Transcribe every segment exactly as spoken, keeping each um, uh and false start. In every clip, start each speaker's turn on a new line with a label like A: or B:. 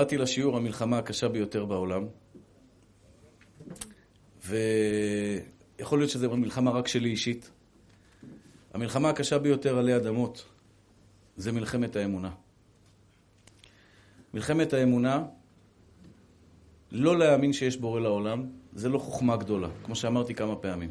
A: קראתי לשיעור המלחמה הקשה ביותר בעולם, ויכול להיות שזה מלחמה רק שלי אישית. המלחמה הקשה ביותר עלי אדמות זה מלחמת האמונה. מלחמת האמונה, לא להאמין שיש בורא לעולם, זה לא חוכמה גדולה, כמו שאמרתי כמה פעמים.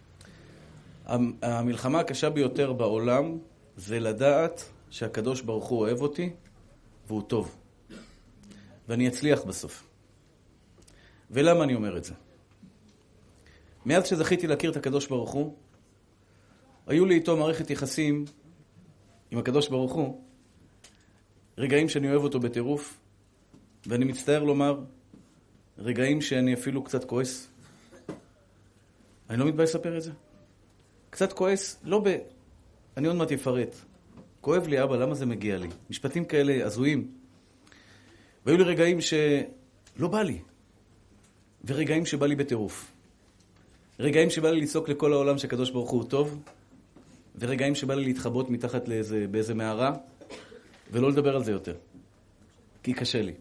A: המלחמה הקשה ביותר בעולם זה לדעת שהקדוש ברוך הוא אוהב אותי והוא טוב. ואני אצליח בסוף. ולמה אני אומר את זה? מאז שזכיתי להכיר את הקדוש ברוך הוא, היו לי איתו מערכת יחסים עם הקדוש ברוך הוא, רגעים שאני אוהב אותו בטירוף, ואני מצטער לומר, רגעים שאני אפילו קצת כועס. אני לא מתבייש לספר את זה. קצת כועס, לא ב... אני עוד מעט אפרט. כואב לי, אבא, למה זה מגיע לי? משפטים כאלה הזויים. והיו לי רגעים שלא בא לי. ורגעים שבא לי בטירוף. רגעים שבא לי לצעוק לכל העולם שהקדוש ברוך הוא טוב, ורגעים שבא לי להתחבות מתחת לאיזה, באיזה מערה, ולא לדבר על זה יותר. כי קשה לי.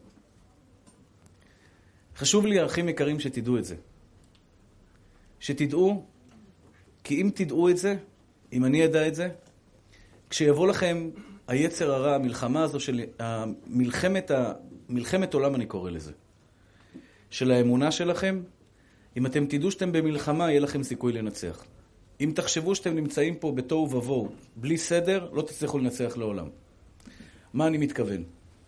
A: חשוב לי, אחים יקרים, שתדעו את זה. שתדעו, כי אם תדעו את זה, אם אני ידע את זה, כשיבוא לכם היצר הרע, המלחמה הזו של המלחמת, מלחמת עולם אני קורא לזה, של האמונה שלכם, אם אתם תדעו שאתם במלחמה, יהיה לכם סיכוי לנצח. אם תחשבו שאתם נמצאים פה בתוהו ובוהו, בלי סדר, לא תצליחו לנצח לעולם. מה אני מתכוון?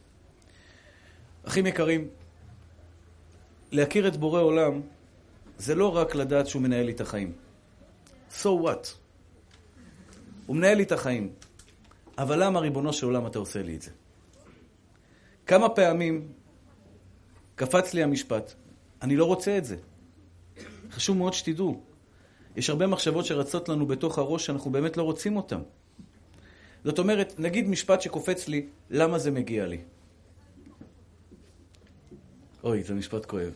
A: אחים יקרים, להכיר את בורא עולם, זה לא רק לדעת שהוא מנהל לי את החיים. So what? הוא מנהל לי את החיים. אבל למה ריבונו של עולם אתה עושה לי את זה? כמה פעמים קפץ לי המשפט, אני לא רוצה את זה. חשוב מאוד שתדעו. יש הרבה מחשבות שרצות לנו בתוך הראש שאנחנו באמת לא רוצים אותם. זאת אומרת, נגיד משפט שקופץ לי, למה זה מגיע לי? אוי, זה משפט כואב.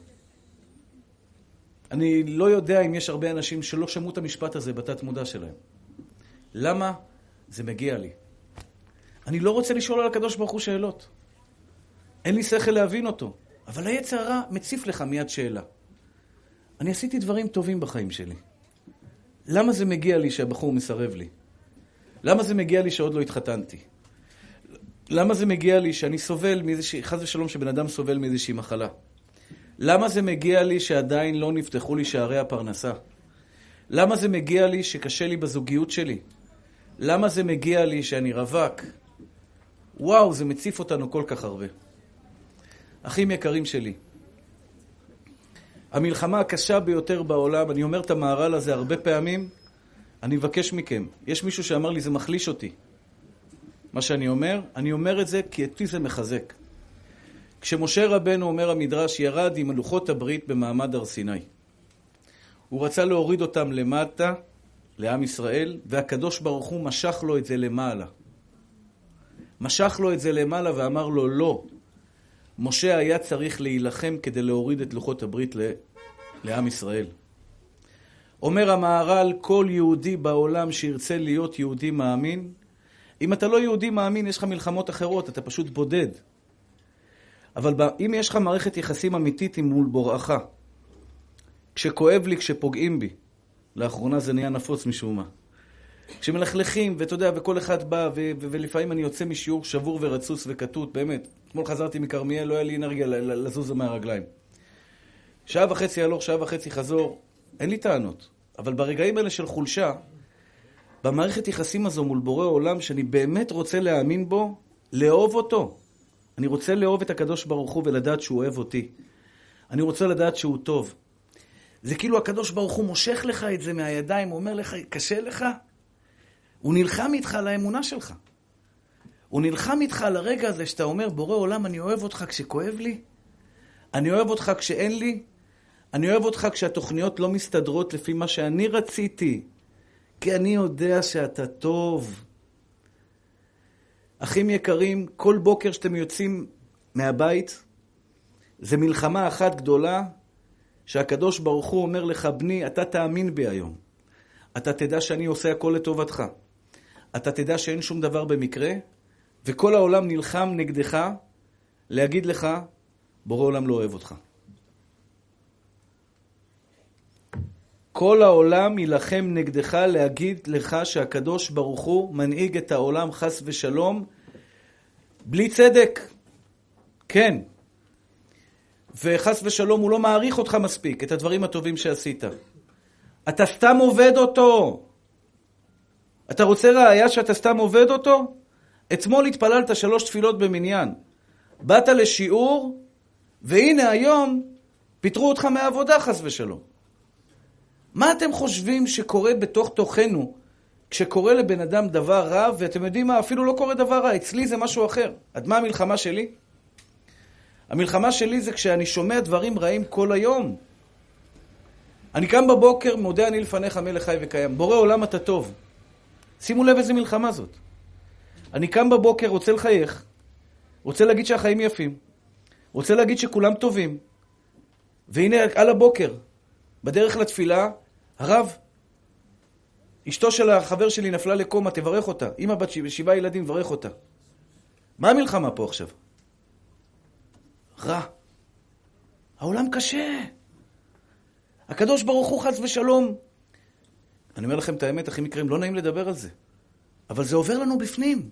A: אני לא יודע אם יש הרבה אנשים שלא שמעו את המשפט הזה בתת מודע שלהם. למה זה מגיע לי? אני לא רוצה לשאול על הקדוש ברוך הוא שאלות. אין לי שכל להבין אותו. אבל היצר הרע מציף לך מיד שאלה. אני עשיתי דברים טובים בחיים שלי. למה זה מגיע לי שהבחור מסרב לי? למה זה מגיע לי שעוד לא התחתנתי? למה זה מגיע לי שאני סובל מאיזושהי, חס ושלום שבן אדם סובל מאיזושהי מחלה? למה זה מגיע לי שעדיין לא נפתחו לי שערי הפרנסה? למה זה מגיע לי שקשה לי בזוגיות שלי? למה זה מגיע לי שאני רווק? וואו, זה מציף אותנו כל כך הרבה. אחים יקרים שלי, המלחמה הקשה ביותר בעולם, אני אומר את המהר"ל הזה הרבה פעמים, אני מבקש מכם. יש מישהו שאמר לי, זה מחליש אותי. מה שאני אומר, אני אומר את זה כי אותי זה מחזק. כשמשה רבנו, אומר המדרש, ירד עם לוחות הברית במעמד הר סיני. הוא רצה להוריד אותם למטה, לעם ישראל, והקדוש ברוך הוא משך לו את זה למעלה. משך לו את זה למעלה ואמר לו, לא. משה היה צריך להילחם כדי להוריד את לוחות הברית לעם ישראל. אומר המהר"ל, כל יהודי בעולם שירצה להיות יהודי מאמין, אם אתה לא יהודי מאמין, יש לך מלחמות אחרות, אתה פשוט בודד. אבל אם יש לך מערכת יחסים אמיתית עם מול בוראך, כשכואב לי, כשפוגעים בי, לאחרונה זה נהיה נפוץ משום מה. כשמלכלכים, ואתה יודע, וכל אחד בא, ו- ו- ולפעמים אני יוצא משיעור שבור ורצוץ וכתות, באמת. אתמול חזרתי מקרמיאל, לא היה לי אנרגיה לזוז מהרגליים. שעה וחצי הלוך, שעה וחצי חזור, אין לי טענות. אבל ברגעים האלה של חולשה, במערכת יחסים הזו מול בורא עולם, שאני באמת רוצה להאמין בו, לאהוב אותו. אני רוצה לאהוב את הקדוש ברוך הוא ולדעת שהוא אוהב אותי. אני רוצה לדעת שהוא טוב. זה כאילו הקדוש ברוך הוא מושך לך את זה מהידיים, הוא אומר לך, קשה לך? הוא נלחם איתך על האמונה שלך. הוא נלחם איתך על הרגע הזה שאתה אומר, בורא עולם, אני אוהב אותך כשכואב לי. אני אוהב אותך כשאין לי. אני אוהב אותך כשהתוכניות לא מסתדרות לפי מה שאני רציתי. כי אני יודע שאתה טוב. אחים יקרים, כל בוקר שאתם יוצאים מהבית, זה מלחמה אחת גדולה, שהקדוש ברוך הוא אומר לך, בני, אתה תאמין בי היום. אתה תדע שאני עושה הכל לטובתך. אתה תדע שאין שום דבר במקרה, וכל העולם נלחם נגדך, להגיד לך בורא עולם לא אוהב אותך. כל העולם ילחם נגדך להגיד לך שהקדוש ברוך הוא מנהיג את העולם חס ושלום בלי צדק. כן. וחס ושלום הוא לא מעריך אותך מספיק, את הדברים הטובים שעשית. אתה סתם עובד אותו. אתה רוצה ראיה שאתה סתם עובד אותו? אתמול התפללת שלוש תפילות במניין. באת לשיעור, והנה היום פיטרו אותך מהעבודה חס ושלום. מה אתם חושבים שקורה בתוך תוכנו, כשקורה לבן אדם דבר רע, ואתם יודעים מה, אפילו לא קורה דבר רע, אצלי זה משהו אחר. עד מה המלחמה שלי? המלחמה שלי זה כשאני שומע דברים רעים כל היום. אני קם בבוקר, מודה אני לפניך מלך חי וקיים. בורא עולם אתה טוב. שימו לב איזה מלחמה זאת. אני קם בבוקר, רוצה לחייך, רוצה להגיד שהחיים יפים, רוצה להגיד שכולם טובים. והנה על הבוקר, בדרך לתפילה, הרב, אשתו של החבר שלי נפלה לקומה, תברך אותה. אמא בת שבעה ילדים, תברך אותה. מה המלחמה פה עכשיו? רע. העולם קשה. הקדוש ברוך הוא חס ושלום. אני אומר לכם את האמת, אחים יקרים, לא נעים לדבר על זה. אבל זה עובר לנו בפנים.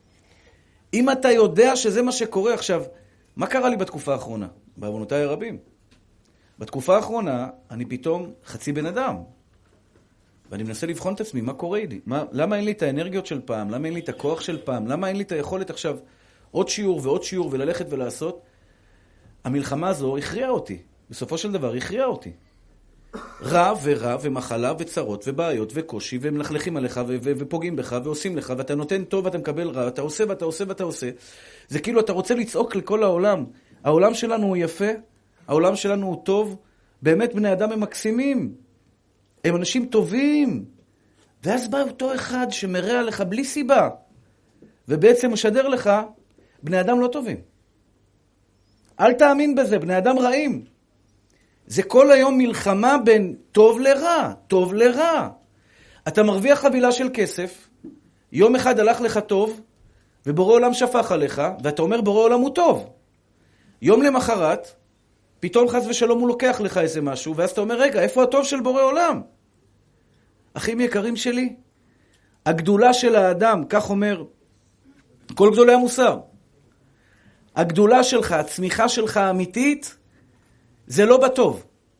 A: אם אתה יודע שזה מה שקורה עכשיו, מה קרה לי בתקופה האחרונה? בעוונותיי הרבים. בתקופה האחרונה, אני פתאום חצי בן אדם. ואני מנסה לבחון את עצמי, מה קורה לי? מה, למה אין לי את האנרגיות של פעם? למה אין לי את הכוח של פעם? למה אין לי את היכולת עכשיו עוד שיעור ועוד שיעור וללכת ולעשות? המלחמה הזו הכריעה אותי. בסופו של דבר הכריעה אותי. רע ורע ומחלה וצרות ובעיות וקושי ומלכלכים עליך ו- ו- ופוגעים בך ועושים לך ואתה נותן טוב ואתה מקבל רע, אתה עושה ואתה עושה ואתה עושה. זה כאילו אתה רוצה לצעוק לכל העולם. העולם שלנו הוא יפה, העולם שלנו הוא טוב, באמת בני אדם הם מקסימים. הם אנשים טובים. ואז בא אותו אחד שמראה עליך בלי סיבה, ובעצם משדר לך, בני אדם לא טובים. אל תאמין בזה, בני אדם רעים. זה כל היום מלחמה בין טוב לרע, טוב לרע. אתה מרוויח חבילה של כסף, יום אחד הלך לך טוב, ובורא עולם שפך עליך, ואתה אומר בורא עולם הוא טוב. יום למחרת, פתאום חס ושלום הוא לוקח לך איזה משהו, ואז אתה אומר, רגע, איפה הטוב של בורא עולם? אחים יקרים שלי, הגדולה של האדם, כך אומר כל גדולי המוסר, הגדולה שלך, הצמיחה שלך האמיתית, זה לא בטוב.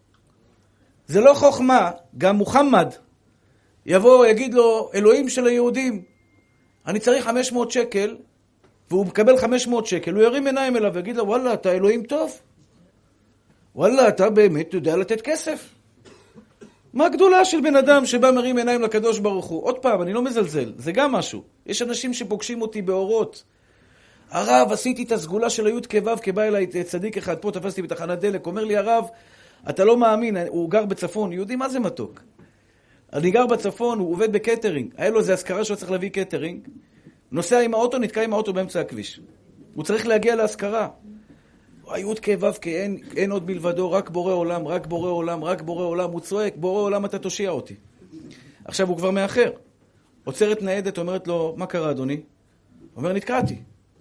A: זה לא חוכמה. גם מוחמד יבוא, יגיד לו, אלוהים של היהודים, אני צריך חמש מאות שקל, והוא מקבל חמש מאות שקל, הוא ירים עיניים אליו ויגיד לו, וואלה, אתה אלוהים טוב. וואלה, אתה באמת יודע לתת כסף. מה הגדולה של בן אדם שבא מרים עיניים לקדוש ברוך הוא? עוד פעם, אני לא מזלזל, זה גם משהו. יש אנשים שפוגשים אותי באורות. הרב, עשיתי את הסגולה של היוד כבב, כבא אליי צדיק אחד, פה תפסתי בתחנת דלק, אומר לי הרב, אתה לא מאמין, הוא גר בצפון, יהודי מה זה מתוק? אני גר בצפון, הוא עובד בקטרינג, היה לו איזה הזכרה שהוא צריך להביא קטרינג, נוסע עם האוטו, נתקע עם האוטו באמצע הכביש. הוא צריך להגיע להזכרה. היוד כבב, כי אין, אין עוד בלבדו, רק בורא עולם, רק בורא עולם, רק בורא עולם, הוא צועק, בורא עולם אתה תושיע אותי. עכשיו הוא כבר מאחר. עוצרת ניידת, אומרת לו, מה קרה אדוני? אומר, נתקעתי.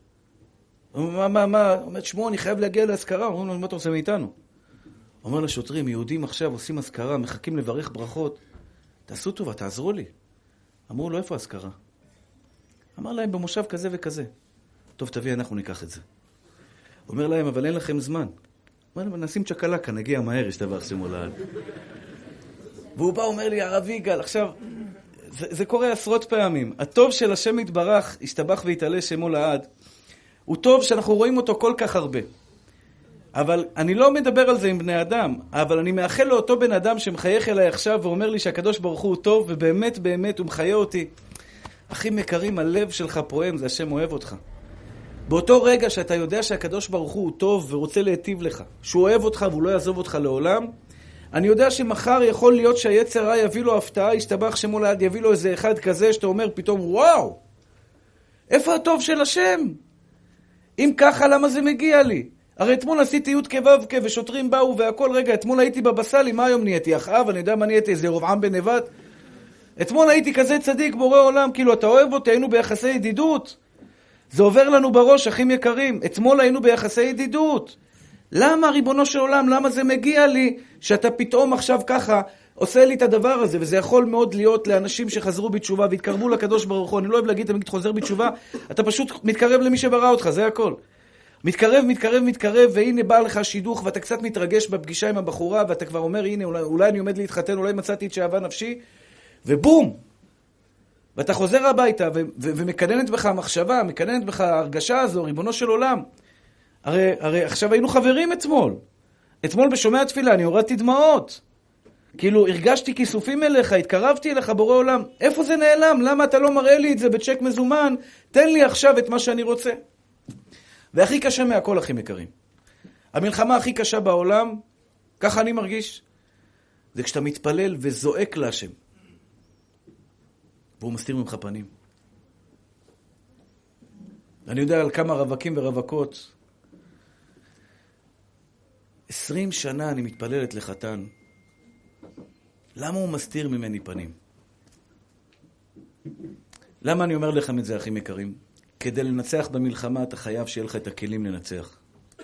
A: מה, מה, מה? אומרת, שמו, אני חייב להגיע להזכרה. אומרים לו, מה אתה עושה מאיתנו? אומר לשוטרים, יהודים עכשיו עושים הזכרה, מחכים לברך ברכות. תעשו טובה, תעזרו לי. אמרו לו, איפה הזכרה? אמר להם, במושב כזה וכזה. טוב, תביא, אנחנו ניקח את זה. אומר להם, אבל אין לכם זמן. אומר להם, נשים צ'קלקה, נגיע מהר, יש דבר שימו לעד. והוא בא, אומר לי, הרב יגאל, עכשיו, זה, זה קורה עשרות פעמים. הטוב של השם יתברך, השתבח והתעלה שמו לעד, הוא טוב שאנחנו רואים אותו כל כך הרבה. אבל אני לא מדבר על זה עם בני אדם, אבל אני מאחל לאותו בן אדם שמחייך אליי עכשיו ואומר לי שהקדוש ברוך הוא טוב, ובאמת באמת הוא מחיה אותי. אחים יקרים, הלב שלך פועם, זה השם אוהב אותך. באותו רגע שאתה יודע שהקדוש ברוך הוא טוב ורוצה להיטיב לך, שהוא אוהב אותך והוא לא יעזוב אותך לעולם, אני יודע שמחר יכול להיות שהיצר רע יביא לו הפתעה, ישתבח שמו לעד, יביא לו איזה אחד כזה שאתה אומר פתאום, וואו, איפה הטוב של השם? אם ככה, למה זה מגיע לי? הרי אתמול עשיתי יוד כבבקה ושוטרים באו והכל, רגע, אתמול הייתי בבסלי, מה היום נהייתי? אחאב, אני יודע מה נהייתי, איזה רובעם בנבט. אתמול הייתי כזה צדיק בורא עולם, כאילו אתה אוהב אותי, היינו ביחסי ידידות. זה עובר לנו בראש, אחים יקרים. אתמול היינו ביחסי ידידות. למה, ריבונו של עולם, למה זה מגיע לי שאתה פתאום עכשיו ככה עושה לי את הדבר הזה? וזה יכול מאוד להיות לאנשים שחזרו בתשובה והתקרבו לקדוש ברוך הוא. אני לא אוהב להגיד, אתה חוזר בתשובה, אתה פשוט מתקרב למי שברא אותך, זה הכל. מתקרב, מתקרב, מתקרב, והנה בא לך שידוך, ואתה קצת מתרגש בפגישה עם הבחורה, ואתה כבר אומר, הנה, אולי, אולי אני עומד להתחתן, אולי מצאתי את שאהבה נפשי, ובום! ואתה חוזר הביתה, ו- ו- ומקננת בך המחשבה, מקננת בך ההרגשה הזו, ריבונו של עולם. הרי, הרי עכשיו היינו חברים אתמול. אתמול בשומע התפילה, אני הורדתי דמעות. כאילו, הרגשתי כיסופים אליך, התקרבתי אליך בורא עולם. איפה זה נעלם? למה אתה לא מראה לי את זה בצ'ק מזומן? תן לי עכשיו את מה שאני רוצה. והכי קשה מהכל, הכי יקרים. המלחמה הכי קשה בעולם, ככה אני מרגיש, זה כשאתה מתפלל וזועק להשם. והוא מסתיר ממך פנים. אני יודע על כמה רווקים ורווקות. עשרים שנה אני מתפללת לחתן. למה הוא מסתיר ממני פנים? למה אני אומר לכם את זה, אחים יקרים? כדי לנצח במלחמה אתה חייב שיהיה לך את הכלים לנצח.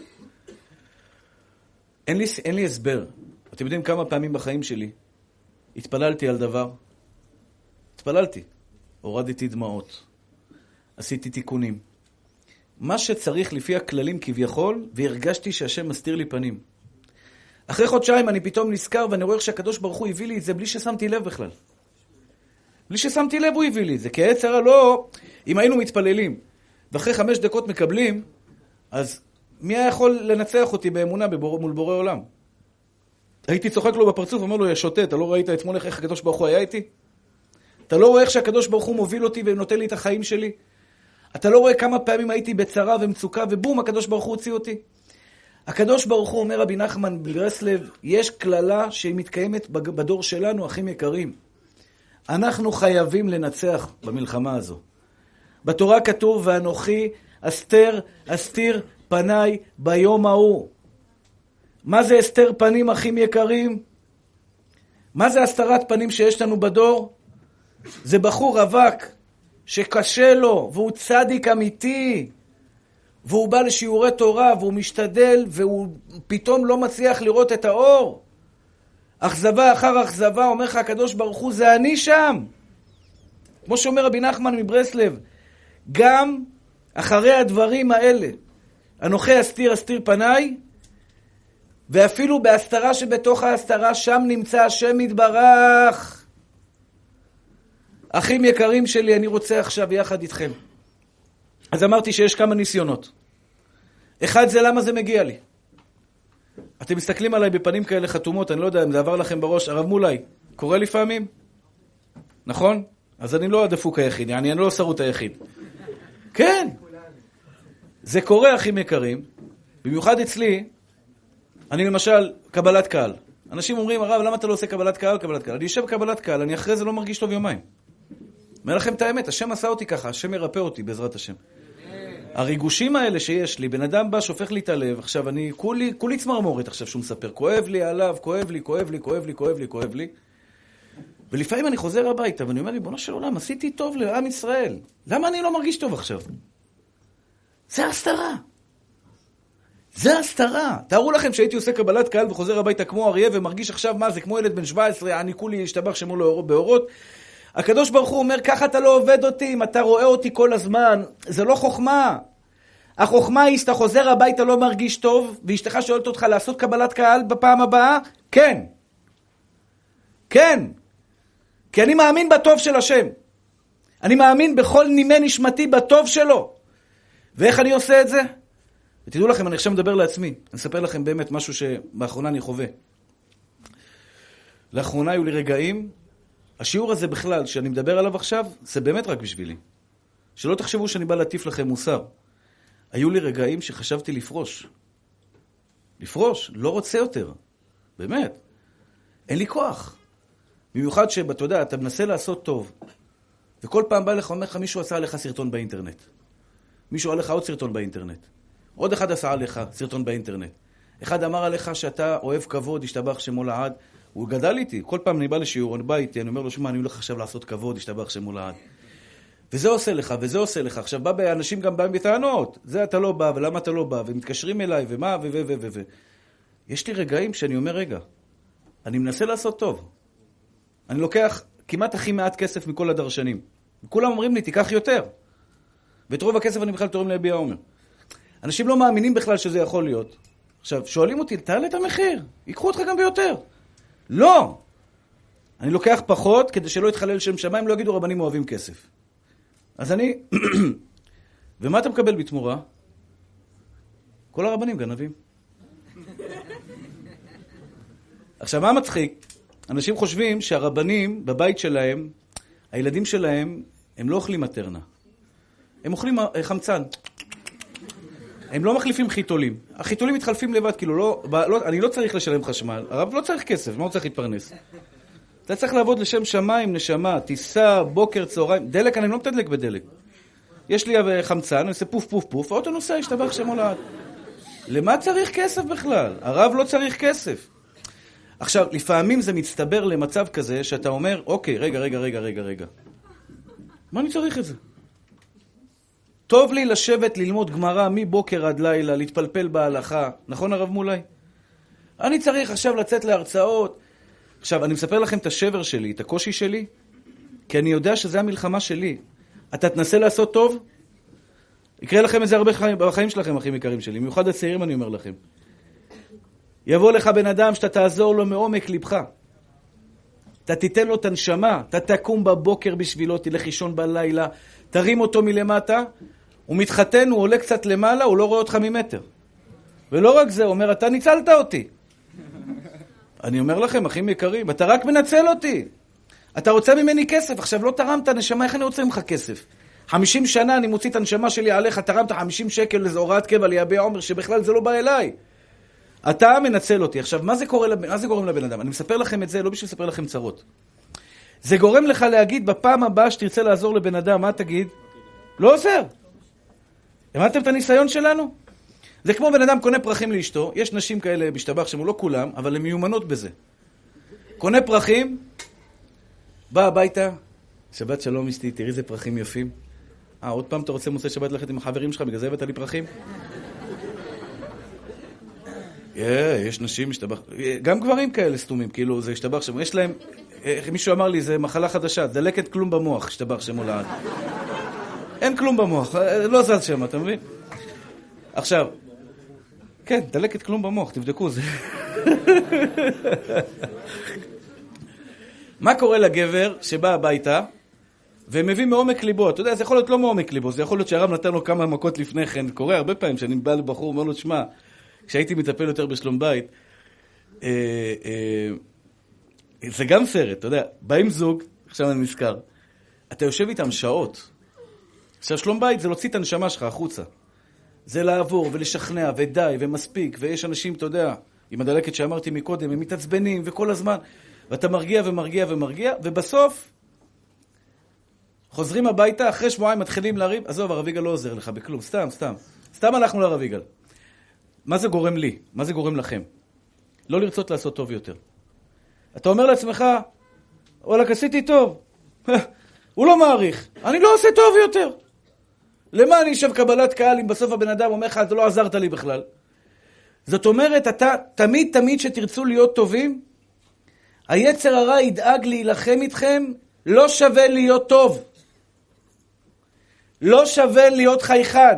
A: אין לי, אין לי הסבר. אתם יודעים כמה פעמים בחיים שלי התפללתי על דבר? התפללתי. הורדתי דמעות. עשיתי תיקונים. מה שצריך לפי הכללים כביכול, והרגשתי שהשם מסתיר לי פנים. אחרי חודשיים אני פתאום נזכר ואני רואה שהקדוש ברוך הוא הביא לי את זה בלי ששמתי לב בכלל. בלי ששמתי לב הוא הביא לי את זה. כי היצר לא, אם היינו מתפללים ואחרי חמש דקות מקבלים, אז מי היה יכול לנצח אותי באמונה בבור... מול בורא עולם? הייתי צוחק לו בפרצוף, אומר לו, יא שוטה, אתה לא ראית אתמול איך הקדוש ברוך הוא היה איתי? אתה לא רואה איך שהקדוש ברוך הוא מוביל אותי ונותן לי את החיים שלי? אתה לא רואה כמה פעמים הייתי בצרה ומצוקה ובום, הקדוש ברוך הוא הוציא אותי? הקדוש ברוך הוא אומר רבי נחמן מברסלב, יש כללה שהיא מתקיימת בדור שלנו, אחים יקרים. אנחנו חייבים לנצח במלחמה הזו. בתורה כתוב, ואנוכי אסתר, אסתיר פניי ביום ההוא. מה זה אסתר פנים, אחים יקרים? מה זה הסתרת פנים שיש לנו בדור? זה בחור רווק שקשה לו, והוא צדיק אמיתי, והוא בא לשיעורי תורה, והוא משתדל, והוא פתאום לא מצליח לראות את האור. אכזבה אחר אכזבה, אומר לך הקדוש ברוך הוא, זה אני שם. כמו שאומר רבי נחמן מברסלב, גם אחרי הדברים האלה, אנוכי אסתיר אסתיר פניי, ואפילו בהסתרה שבתוך ההסתרה, שם נמצא השם יתברך. אחים יקרים שלי, אני רוצה עכשיו יחד איתכם. אז אמרתי שיש כמה ניסיונות. אחד זה למה זה מגיע לי. אתם מסתכלים עליי בפנים כאלה חתומות, אני לא יודע אם זה עבר לכם בראש, הרב מולי, קורה לפעמים? נכון? אז אני לא הדפוק היחיד, אני, אני לא שרוט היחיד. כן. זה קורה, אחים יקרים. במיוחד אצלי, אני למשל, קבלת קהל. אנשים אומרים, הרב, למה אתה לא עושה קבלת קהל? קבלת קהל. אני יושב קבלת קהל, אני אחרי זה לא מרגיש טוב יומיים. אומר לכם את האמת, השם עשה אותי ככה, השם ירפא אותי בעזרת השם. הריגושים האלה שיש לי, בן אדם בא, שופך לי את הלב, עכשיו אני, כולי, כולי צמרמורת עכשיו שהוא מספר, כואב לי עליו, כואב לי, כואב לי, כואב לי, כואב לי, כואב לי. ולפעמים אני חוזר הביתה, ואני אומר לי, בונו של עולם, עשיתי טוב לעם ישראל. למה אני לא מרגיש טוב עכשיו? זה הסתרה. זה הסתרה. תארו לכם שהייתי עושה קבלת קהל וחוזר הביתה כמו אריה, ומרגיש עכשיו מה זה, כמו ילד בן שבע עשרה, אני כולי השתבח שמו לו באורות. הקדוש ברוך הוא אומר, ככה אתה לא עובד אותי, אם אתה רואה אותי כל הזמן, זה לא חוכמה. החוכמה היא שאתה חוזר הביתה לא מרגיש טוב, ואשתך שואלת אותך לעשות קבלת קהל בפעם הבאה? כן. כן. כי אני מאמין בטוב של השם. אני מאמין בכל נימי נשמתי בטוב שלו. ואיך אני עושה את זה? ותדעו לכם, אני עכשיו מדבר לעצמי. אני אספר לכם באמת משהו שבאחרונה אני חווה. לאחרונה היו לי רגעים, השיעור הזה בכלל, שאני מדבר עליו עכשיו, זה באמת רק בשבילי. שלא תחשבו שאני בא להטיף לכם מוסר. היו לי רגעים שחשבתי לפרוש. לפרוש, לא רוצה יותר. באמת. אין לי כוח. במיוחד שאתה יודע, אתה מנסה לעשות טוב. וכל פעם בא לך, אומר לך, מישהו עשה עליך סרטון באינטרנט. מישהו עליך עוד סרטון באינטרנט. עוד אחד עשה עליך סרטון באינטרנט. אחד אמר עליך שאתה אוהב כבוד, השתבח שמו לעד. הוא גדל איתי. כל פעם אני בא לשיעור, אני בא איתי, אני אומר לו, שמה, אני הולך עכשיו לעשות כבוד, השתבח שמו לעד. וזה עושה לך, וזה עושה לך. עכשיו, בא באנשים גם באים בטענות. זה אתה לא בא, ולמה אתה לא בא, ומתקשרים אליי, ומה, ו, ו, ו, ו, ו. יש לי רגעים שאני אומר, רגע, אני מנסה לעשות טוב. אני לוקח כמעט הכי מעט כסף מכל הדרשנים. וכולם אומרים לי, תיקח יותר. ואת רוב הכסף אני בכלל תורם להביע עומר. אנשים לא מאמינים בכלל שזה יכול להיות. עכשיו, שואלים אותי, תעלה את המחיר, ייקחו אותך גם ביותר. לא! אני לוקח פחות כדי שלא יתחלל שם שמיים, לא יגידו רבנים אוהבים כסף. אז אני... ומה אתה מקבל בתמורה? כל הרבנים גנבים. עכשיו, מה מצחיק? אנשים חושבים שהרבנים בבית שלהם, הילדים שלהם, הם לא אוכלים מטרנה. הם אוכלים חמצן. הם לא מחליפים חיתולים. החיתולים מתחלפים לבד, כאילו לא, לא, אני לא צריך לשלם חשמל, הרב לא צריך כסף, מה הוא צריך להתפרנס? אתה צריך לעבוד לשם שמיים, נשמה, טיסה, בוקר, צהריים, דלק, אני לא מתדלק בדלק. יש לי חמצן, אני עושה פוף פוף פוף, האוטו נוסע, ישתבח שם הולד. למה צריך כסף בכלל? הרב לא צריך כסף. עכשיו, לפעמים זה מצטבר למצב כזה שאתה אומר, אוקיי, רגע, רגע, רגע, רגע, רגע. מה אני צריך את זה? טוב לי לשבת ללמוד גמרא מבוקר עד לילה, להתפלפל בהלכה. נכון הרב מולי? אני צריך עכשיו לצאת להרצאות. עכשיו, אני מספר לכם את השבר שלי, את הקושי שלי, כי אני יודע שזה המלחמה שלי. אתה תנסה לעשות טוב? יקרה לכם את זה הרבה חיים, בחיים שלכם, אחים יקרים שלי. במיוחד הצעירים אני אומר לכם. יבוא לך בן אדם שאתה תעזור לו מעומק לבך. אתה תיתן לו את הנשמה, אתה תקום בבוקר בשבילו, תלך לישון בלילה, תרים אותו מלמטה, הוא מתחתן, הוא עולה קצת למעלה, הוא לא רואה אותך ממטר. ולא רק זה, הוא אומר, אתה ניצלת אותי. אני אומר לכם, אחים יקרים, אתה רק מנצל אותי. אתה רוצה ממני כסף, עכשיו לא תרמת נשמה, איך אני רוצה ממך כסף? חמישים שנה אני מוציא את הנשמה שלי עליך, תרמת חמישים שקל לזה הוראת קבע ליביע עומר, שבכלל זה לא בא אליי. אתה מנצל אותי. עכשיו, מה זה, קורה, מה זה גורם לבן אדם? אני מספר לכם את זה, לא בשביל לספר לכם צרות. זה גורם לך להגיד, בפעם הבאה שתרצה לעזור לבן אדם, מה תגיד? לא עוזר. למדתם את הניסיון שלנו? זה כמו בן אדם קונה פרחים לאשתו, יש נשים כאלה משתבח שמו, לא כולם, אבל הן מיומנות בזה. קונה פרחים, בא הביתה, שבת שלום אשתי, תראי איזה פרחים יפים. אה, עוד פעם אתה רוצה מוצא שבת ללכת עם החברים שלך, בגלל זה הבאת לי פרחים? יש נשים משתבח, גם גברים כאלה סתומים, כאילו זה השתבח שם, יש להם, מישהו אמר לי, זה מחלה חדשה, דלקת כלום במוח, השתבח שם הולד. אין כלום במוח, לא זז שם, אתה מבין? עכשיו, כן, דלקת כלום במוח, תבדקו זה. מה קורה לגבר שבא הביתה ומביא מעומק ליבו? אתה יודע, זה יכול להיות לא מעומק ליבו, זה יכול להיות שהרב נתן לו כמה מכות לפני כן. קורה הרבה פעמים שאני בא לבחור, אומר לו, תשמע, כשהייתי מטפל יותר בשלום בית, אה, אה, זה גם סרט, אתה יודע, באים זוג, עכשיו אני נזכר, אתה יושב איתם שעות. עכשיו, שלום בית זה להוציא את הנשמה שלך החוצה. זה לעבור ולשכנע ודי ומספיק, ויש אנשים, אתה יודע, עם הדלקת שאמרתי מקודם, הם מתעצבנים וכל הזמן, ואתה מרגיע ומרגיע ומרגיע, ובסוף חוזרים הביתה, אחרי שבועיים מתחילים להריב, עזוב, הרב יגאל לא עוזר לך בכלום, סתם, סתם. סתם הלכנו לרב יגאל. מה זה גורם לי? מה זה גורם לכם? לא לרצות לעשות טוב יותר. אתה אומר לעצמך, וואלה, עשיתי טוב. הוא לא מעריך. אני לא עושה טוב יותר. למה אני אשב קבלת קהל אם בסוף הבן אדם אומר לך, אתה לא עזרת לי בכלל? זאת אומרת, אתה תמיד תמיד שתרצו להיות טובים, היצר הרע ידאג להילחם איתכם, לא שווה להיות טוב. לא שווה להיות חייכן.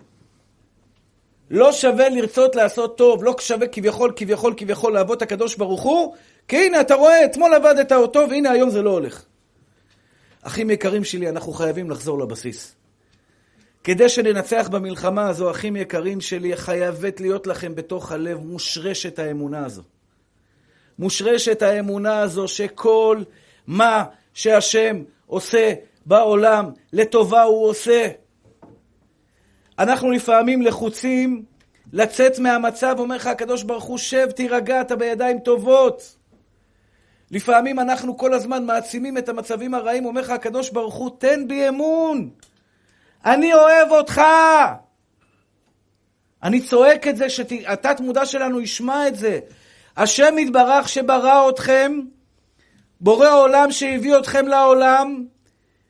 A: לא שווה לרצות לעשות טוב, לא שווה כביכול, כביכול, כביכול לעבוד הקדוש ברוך הוא, כי הנה אתה רואה, אתמול עבדת אותו, והנה היום זה לא הולך. אחים יקרים שלי, אנחנו חייבים לחזור לבסיס. כדי שננצח במלחמה הזו, אחים יקרים שלי, חייבת להיות לכם בתוך הלב מושרשת האמונה הזו. מושרשת האמונה הזו שכל מה שהשם עושה בעולם לטובה הוא עושה. אנחנו לפעמים לחוצים לצאת מהמצב, אומר לך הקדוש ברוך הוא, שב תירגע, אתה בידיים טובות. לפעמים אנחנו כל הזמן מעצימים את המצבים הרעים, אומר לך הקדוש ברוך הוא, תן בי אמון. אני אוהב אותך. אני צועק את זה, שהתת מודע שלנו ישמע את זה. השם יתברך שברא אתכם, בורא עולם שהביא אתכם לעולם,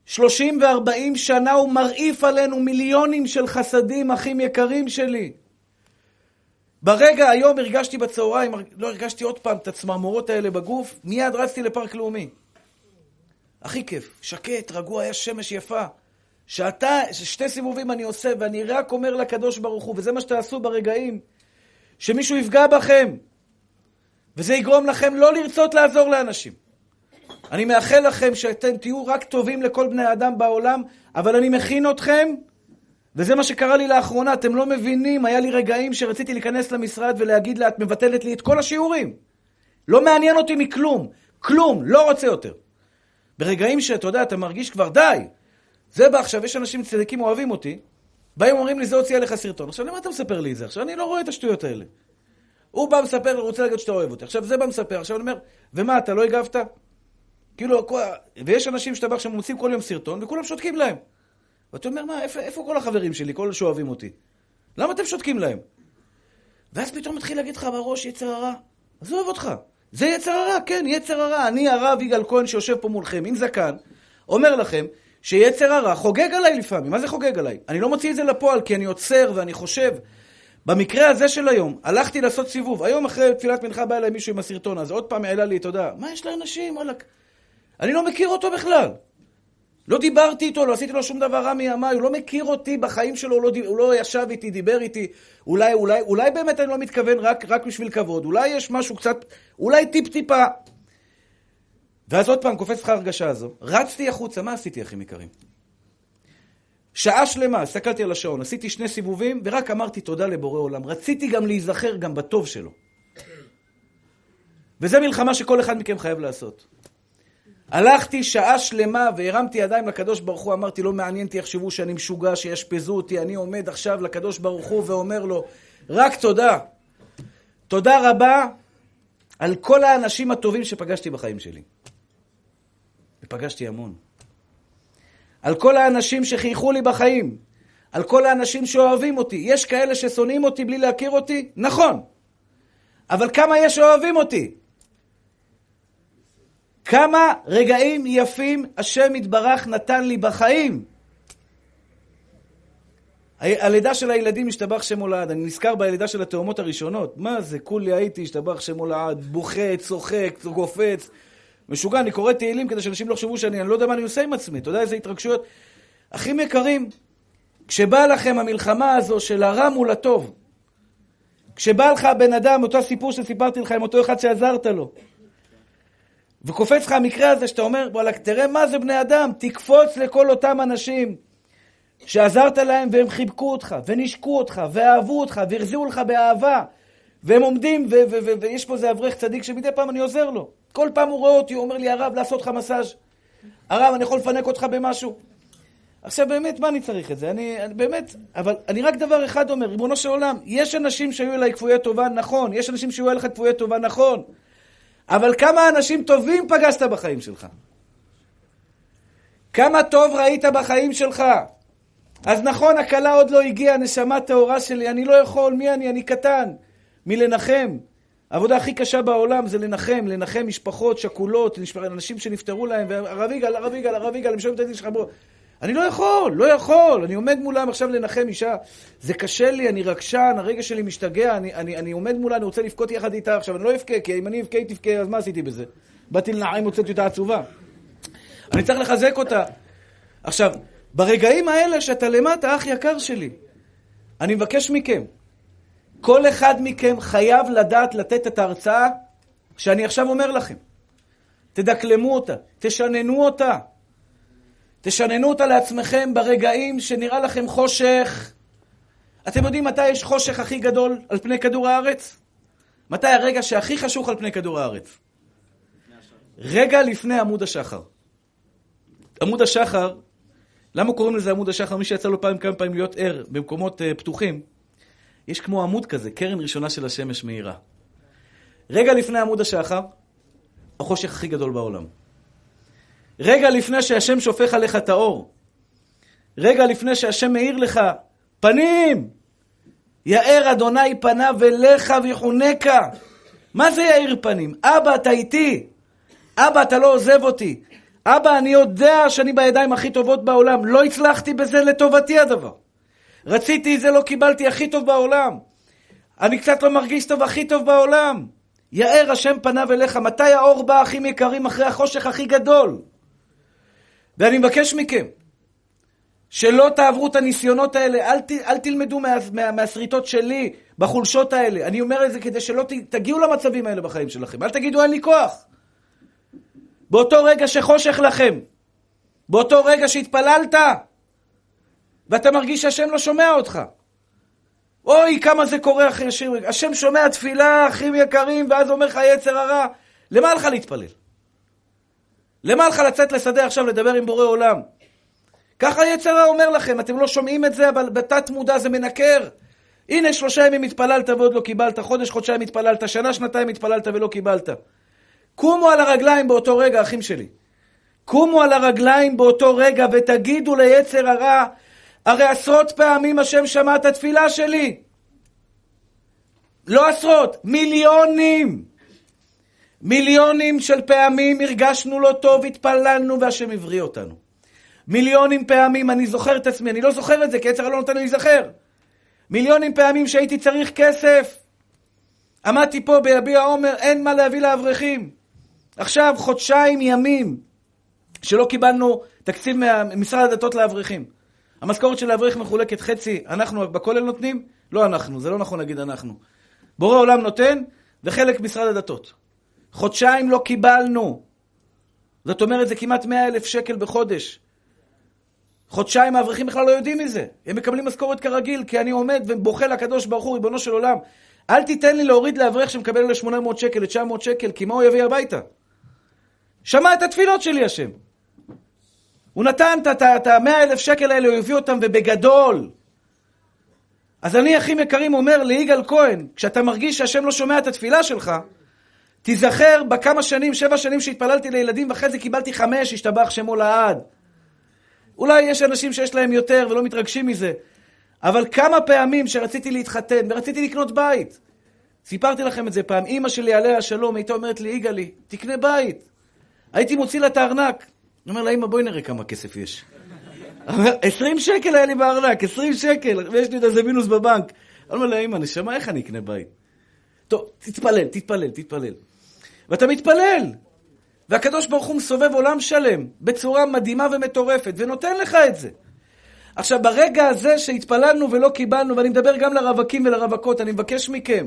A: שלושים וארבעים שנה הוא מרעיף עלינו מיליונים של חסדים, אחים יקרים שלי. ברגע היום הרגשתי בצהריים, לא הרגשתי עוד פעם את הצמרמורות האלה בגוף, מיד רצתי לפארק לאומי. הכי כיף, שקט, רגוע, היה שמש יפה. שאתה, שתי סיבובים אני עושה, ואני רק אומר לקדוש ברוך הוא, וזה מה שתעשו ברגעים, שמישהו יפגע בכם, וזה יגרום לכם לא לרצות לעזור לאנשים. אני מאחל לכם שאתם תהיו רק טובים לכל בני האדם בעולם, אבל אני מכין אתכם, וזה מה שקרה לי לאחרונה, אתם לא מבינים, היה לי רגעים שרציתי להיכנס למשרד ולהגיד לה, את מבטלת לי את כל השיעורים. לא מעניין אותי מכלום, כלום, לא רוצה יותר. ברגעים שאתה יודע, אתה מרגיש כבר די. זה בא עכשיו, יש אנשים צדיקים אוהבים אותי, באים אומרים לי, זה הוציא עליך סרטון. עכשיו, למה אתה מספר לי את זה? עכשיו, אני לא רואה את השטויות האלה. הוא בא מספר, הוא רוצה להגיד שאתה אוהב אותי. עכשיו, זה בא מספר. עכשיו, אני אומר, ומה, אתה לא הגבת? כאילו, ויש אנשים שאתה בא עכשיו, מוצאים כל יום סרטון, וכולם שותקים להם. ואתה אומר, מה, איפה, איפה כל החברים שלי, כל שאוהבים אותי? למה אתם שותקים להם? ואז פתאום מתחיל להגיד לך בראש, יצר הרע. אז אוהב אותך. זה יצר הרע, כן, יצר הרע. אני הרב יגאל כהן שיושב פה מולכם, עם זקן, אומר לכם, שיצר הרע חוגג עליי לפעמים. מה זה חוגג עליי? אני לא מוציא את זה לפועל, כי אני עוצר ואני חושב. במקרה הזה של היום, הלכתי לעשות סיבוב. היום אחרי תפילת מנחה בא אליי מישהו עם הסרטון הזה. עוד פעם העלה לי, תודה. מה יש לאנשים? וואלק. אני לא מכיר אותו בכלל. לא דיברתי איתו, לא עשיתי לו שום דבר רע מימיי. הוא לא מכיר אותי בחיים שלו, הוא לא, הוא לא ישב איתי, דיבר איתי. אולי, אולי, אולי באמת אני לא מתכוון רק, רק בשביל כבוד. אולי יש משהו קצת, אולי טיפ טיפה. ואז עוד פעם קופץ לך הרגשה הזו. רצתי החוצה, מה עשיתי אחים יקרים? שעה שלמה, הסתכלתי על השעון, עשיתי שני סיבובים, ורק אמרתי תודה לבורא עולם. רציתי גם להיזכר גם בטוב שלו. וזה מלחמה שכל אחד מכם חייב לעשות. הלכתי שעה שלמה והרמתי ידיים לקדוש ברוך הוא, אמרתי לא מעניין אותי, יחשבו שאני משוגע, שישפזו אותי, אני עומד עכשיו לקדוש ברוך הוא ואומר לו, רק תודה. תודה רבה על כל האנשים הטובים שפגשתי בחיים שלי. ופגשתי המון. על כל האנשים שחייכו לי בחיים. על כל האנשים שאוהבים אותי. יש כאלה ששונאים אותי בלי להכיר אותי? נכון. אבל כמה יש שאוהבים אותי? כמה רגעים יפים השם יתברך נתן לי בחיים. הלידה של הילדים השתבח שם הולד. אני נזכר בלידה של התאומות הראשונות. מה זה? כולי הייתי השתבח שם הולד. בוכה, צוחק, קופץ. משוגע, אני קורא תהילים כדי שאנשים לא חשבו שאני, אני לא יודע מה אני עושה עם עצמי. אתה יודע איזה התרגשויות? אחים יקרים, כשבא לכם המלחמה הזו של הרע מול הטוב, כשבא לך בן אדם, אותו סיפור שסיפרתי לך עם אותו אחד שעזרת לו, וקופץ לך המקרה הזה שאתה אומר, בואלה, תראה מה זה בני אדם, תקפוץ לכל אותם אנשים שעזרת להם והם חיבקו אותך, ונשקו אותך, ואהבו אותך, והרזיעו לך באהבה, והם עומדים, ו- ו- ו- ויש פה זה אברך צדיק שמדי פעם אני עוזר לו. כל פעם הוא רואה אותי, הוא אומר לי, הרב, לעשות לך מסאז'. הרב, אני יכול לפנק אותך במשהו. עכשיו באמת, מה אני צריך את זה? אני, אני באמת, אבל אני רק דבר אחד אומר, ריבונו של עולם, יש אנשים שהיו אליי כפויי טובה, נכון. יש אנשים שהיו אליך כפויי טובה, נכון. אבל כמה אנשים טובים פגשת בחיים שלך? כמה טוב ראית בחיים שלך? אז נכון, הקלה עוד לא הגיעה, נשמה טהורה שלי, אני לא יכול, מי אני? אני קטן. מלנחם. העבודה הכי קשה בעולם זה לנחם, לנחם משפחות שכולות, אנשים שנפטרו להם, והרב יגאל, הרב יגאל, הרב יגאל, הם שומעים את הילדים שלך בו. אני לא יכול, לא יכול, אני עומד מולם עכשיו לנחם אישה, זה קשה לי, אני רגשן, הרגע שלי משתגע, אני, אני, אני עומד מולה, אני רוצה לבכות יחד איתה, עכשיו אני לא אבכה, כי אם אני אבכה, היא תבכה, אז מה עשיתי בזה? באתי לנעיים, הוצאתי אותה עצובה. אני צריך לחזק אותה. עכשיו, ברגעים האלה שאתה למטה, אח יקר שלי, אני מבקש מכם, כל אחד מכם חייב לדעת לתת את ההרצאה שאני עכשיו אומר לכם. תדקלמו אותה, תשננו אותה. תשננו אותה לעצמכם ברגעים שנראה לכם חושך. אתם יודעים מתי יש חושך הכי גדול על פני כדור הארץ? מתי הרגע שהכי חשוך על פני כדור הארץ? רגע לפני עמוד השחר. עמוד השחר, למה קוראים לזה עמוד השחר? מי שיצא לו פעם כמה פעמים להיות ער במקומות uh, פתוחים, יש כמו עמוד כזה, קרן ראשונה של השמש מהירה. רגע לפני עמוד השחר, החושך הכי גדול בעולם. רגע לפני שהשם שופך עליך את האור. רגע לפני שהשם מאיר לך פנים. יאר אדוני פניו אליך ויחונקה. מה זה יאיר פנים? אבא, אתה איתי. אבא, אתה לא עוזב אותי. אבא, אני יודע שאני בידיים הכי טובות בעולם. לא הצלחתי בזה, לטובתי הדבר. רציתי את זה, לא קיבלתי, הכי טוב בעולם. אני קצת לא מרגיש טוב, הכי טוב בעולם. יאר השם פניו אליך. מתי האור בא, אחים יקרים, אחרי החושך הכי גדול? ואני מבקש מכם, שלא תעברו את הניסיונות האלה, אל, ת, אל תלמדו מה, מה, מהסריטות שלי, בחולשות האלה. אני אומר את זה כדי שלא ת, תגיעו למצבים האלה בחיים שלכם. אל תגידו, אין לי כוח. באותו רגע שחושך לכם, באותו רגע שהתפללת, ואתה מרגיש שהשם לא שומע אותך. אוי, כמה זה קורה אחרי השם. השם שומע תפילה, אחים יקרים, ואז אומר לך יצר הרע. למה לך להתפלל? למה לך לצאת לשדה עכשיו לדבר עם בורא עולם? ככה יצר הרע אומר לכם, אתם לא שומעים את זה, אבל בתת מודע זה מנקר. הנה שלושה ימים התפללת ועוד לא קיבלת, חודש, חודשיים התפללת, שנה, שנתיים התפללת ולא קיבלת. קומו על הרגליים באותו רגע, אחים שלי. קומו על הרגליים באותו רגע ותגידו ליצר הרע, הרי עשרות פעמים השם שמע את התפילה שלי. לא עשרות, מיליונים. מיליונים של פעמים הרגשנו לא טוב, התפללנו והשם הבריא אותנו. מיליונים פעמים, אני זוכר את עצמי, אני לא זוכר את זה, כי יצר הרע לא נותן לי להיזכר. מיליונים פעמים שהייתי צריך כסף. עמדתי פה ביביע עומר, אין מה להביא לאברכים. עכשיו חודשיים ימים שלא קיבלנו תקציב ממשרד הדתות לאברכים. המשכורת של האברך מחולקת חצי, אנחנו בכולל נותנים? לא אנחנו, זה לא נכון להגיד אנחנו. בורא עולם נותן, וחלק משרד הדתות. חודשיים לא קיבלנו. זאת אומרת, זה כמעט מאה אלף שקל בחודש. חודשיים האברכים בכלל לא יודעים מזה. הם מקבלים משכורת כרגיל, כי אני עומד ובוכה לקדוש ברוך הוא, ריבונו של עולם. אל תיתן לי להוריד לאברך שמקבל לו שמונה מאות שקל, תשע מאות שקל, כי מה הוא יביא הביתה? שמע את התפילות שלי השם. הוא נתן את ה-מאה אלף שקל האלה, הוא הביא אותם ובגדול. אז אני, אחים יקרים, אומר ליגאל כהן, כשאתה מרגיש שהשם לא שומע את התפילה שלך, תיזכר בכמה שנים, שבע שנים שהתפללתי לילדים, ואחרי זה קיבלתי חמש, השתבח שמו לעד. אולי יש אנשים שיש להם יותר ולא מתרגשים מזה, אבל כמה פעמים שרציתי להתחתן ורציתי לקנות בית, סיפרתי לכם את זה פעם, אמא שלי עליה השלום, הייתה אומרת לי, יגאלי, תקנה בית. הייתי מוציא לה את הארנק. אני אומר לה, אמא, בואי נראה כמה כסף יש. עשרים שקל היה לי בארנק, עשרים שקל, ויש לי את איזה מינוס בבנק. אני אומר לה, אמא, נשמה, איך אני אקנה בית? טוב, תתפלל, תתפלל, תתפלל. ואתה מתפלל. והקדוש ברוך הוא מסובב עולם שלם, בצורה מדהימה ומטורפת, ונותן לך את זה. עכשיו, ברגע הזה שהתפללנו ולא קיבלנו, ואני מדבר גם לרווקים ולרווקות, אני מבקש מכם.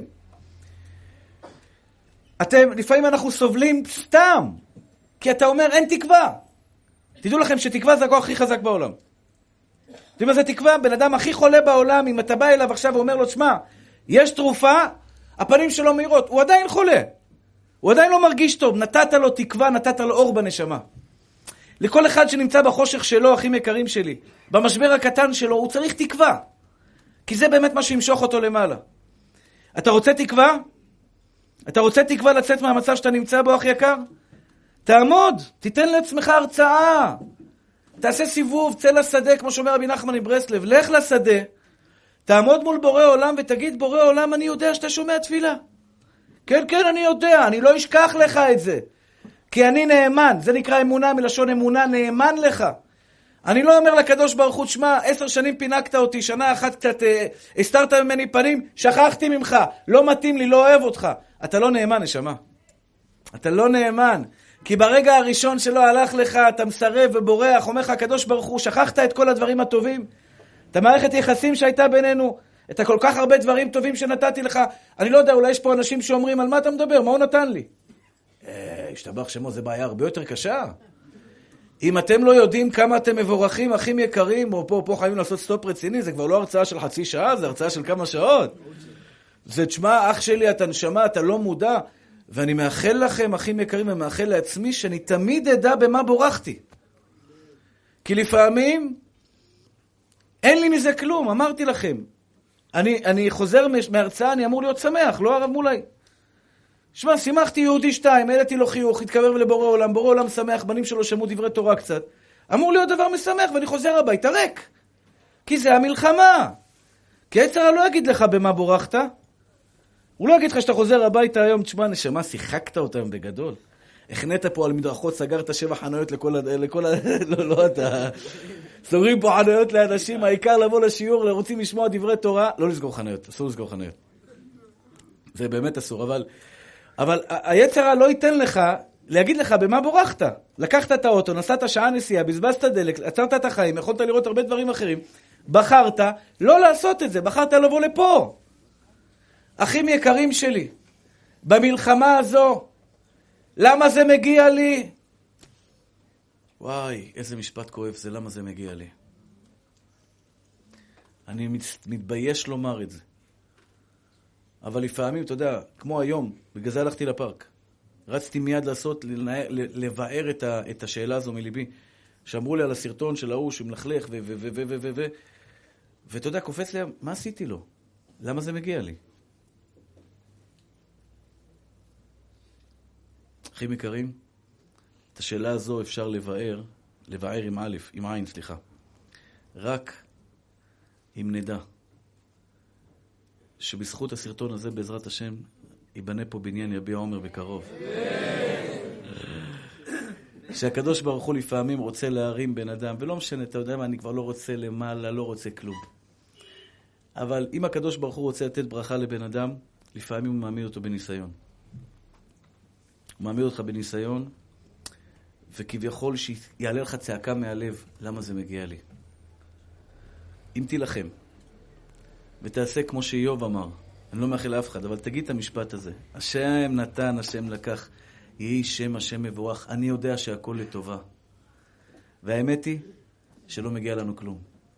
A: אתם, לפעמים אנחנו סובלים סתם, כי אתה אומר, אין תקווה. תדעו לכם שתקווה זה הכוח הכי חזק בעולם. תדעו מה זה תקווה? בן אדם הכי חולה בעולם, אם אתה בא אליו עכשיו ואומר לו, שמה, יש תרופה, הפנים שלו מהירות, הוא עדיין חולה. הוא עדיין לא מרגיש טוב, נתת לו תקווה, נתת לו אור בנשמה. לכל אחד שנמצא בחושך שלו, אחים יקרים שלי, במשבר הקטן שלו, הוא צריך תקווה. כי זה באמת מה שימשוך אותו למעלה. אתה רוצה תקווה? אתה רוצה תקווה לצאת מהמצב שאתה נמצא בו, אח יקר? תעמוד, תיתן לעצמך הרצאה. תעשה סיבוב, צא לשדה, כמו שאומר רבי נחמן מברסלב. לך לשדה, תעמוד מול בורא עולם ותגיד, בורא עולם, אני יודע שאתה שומע תפילה. כן, כן, אני יודע, אני לא אשכח לך את זה. כי אני נאמן, זה נקרא אמונה, מלשון אמונה, נאמן לך. אני לא אומר לקדוש ברוך הוא, שמה, עשר שנים פינקת אותי, שנה אחת קצת אה, הסתרת ממני פנים, שכחתי ממך, לא מתאים לי, לא אוהב אותך. אתה לא נאמן, נשמה. אתה לא נאמן. כי ברגע הראשון שלא הלך לך, אתה מסרב ובורח, אומר לך הקדוש ברוך הוא, שכחת את כל הדברים הטובים. את המערכת יחסים שהייתה בינינו, את כל כך הרבה דברים טובים שנתתי לך. אני לא יודע, אולי יש פה אנשים שאומרים, על מה אתה מדבר? מה הוא נתן לי? אה, השתבח שמו, זה בעיה הרבה יותר קשה. אם אתם לא יודעים כמה אתם מבורכים, אחים יקרים, או פה, פה חייבים לעשות סטופ רציני, זה כבר לא הרצאה של חצי שעה, זה הרצאה של כמה שעות. זה תשמע, אח שלי, אתה נשמה, אתה לא מודע, ואני מאחל לכם, אחים יקרים, ומאחל לעצמי, שאני תמיד אדע במה בורחתי. כי לפעמים, אין לי מזה כלום, אמרתי לכם. אני, אני חוזר מהרצאה, אני אמור להיות שמח, לא הרב מולי. שמע, שימחתי יהודי שתיים, העליתי לו חיוך, התקרב לבורא עולם, בורא עולם שמח, בנים שלו שמעו דברי תורה קצת. אמור להיות דבר משמח, ואני חוזר הביתה ריק. כי זה המלחמה. כי יצר לא יגיד לך במה בורחת. הוא לא יגיד לך שאתה חוזר הביתה היום, תשמע, נשמה, שיחקת אותם בגדול. הכנית פה על מדרכות, סגרת שבע חנויות לכל... לכל... לא, לא, אתה... סוגרים פה חנויות לאנשים, העיקר לבוא לשיעור, רוצים לשמוע דברי תורה, לא לסגור חנויות, אסור לסגור חנויות. זה באמת אסור, אבל... אבל היצר לא ייתן לך, להגיד לך במה בורחת. לקחת את האוטו, נסעת שעה נסיעה, בזבזת דלק, עצרת את החיים, יכולת לראות הרבה דברים אחרים. בחרת לא לעשות את זה, בחרת לבוא לפה. אחים יקרים שלי, במלחמה הזו, למה זה מגיע לי? וואי, איזה משפט כואב זה, למה זה מגיע לי? אני מתבייש לומר את זה. אבל לפעמים, אתה יודע, כמו היום, בגלל זה הלכתי לפארק. רצתי מיד לעשות, לבאר את, ה, את השאלה הזו מליבי. שאמרו לי על הסרטון של ההוא שמלכלך ו... ו... ו... ו... ו... ו... ו... ואתה יודע, קופץ לי, מה עשיתי לו? למה זה מגיע לי? אחים יקרים, את השאלה הזו אפשר לבאר, לבאר עם א', עם עין, סליחה. רק אם נדע שבזכות הסרטון הזה, בעזרת השם, ייבנה פה בניין יביע עומר בקרוב. שהקדוש ברוך הוא לפעמים רוצה להרים בן אדם, ולא משנה, אתה יודע מה, אני כבר לא רוצה למעלה, לא רוצה כלום. אבל אם הקדוש ברוך הוא רוצה לתת ברכה לבן אדם, לפעמים הוא מעמיד אותו בניסיון. הוא מעמיד אותך בניסיון, וכביכול שיעלה לך צעקה מהלב, למה זה מגיע לי? אם תילחם, ותעשה כמו שאיוב אמר, אני לא מאחל לאף אחד, אבל תגיד את המשפט הזה. השם נתן, השם לקח, יהי שם השם מבורך. אני יודע שהכל לטובה. והאמת היא שלא מגיע לנו כלום.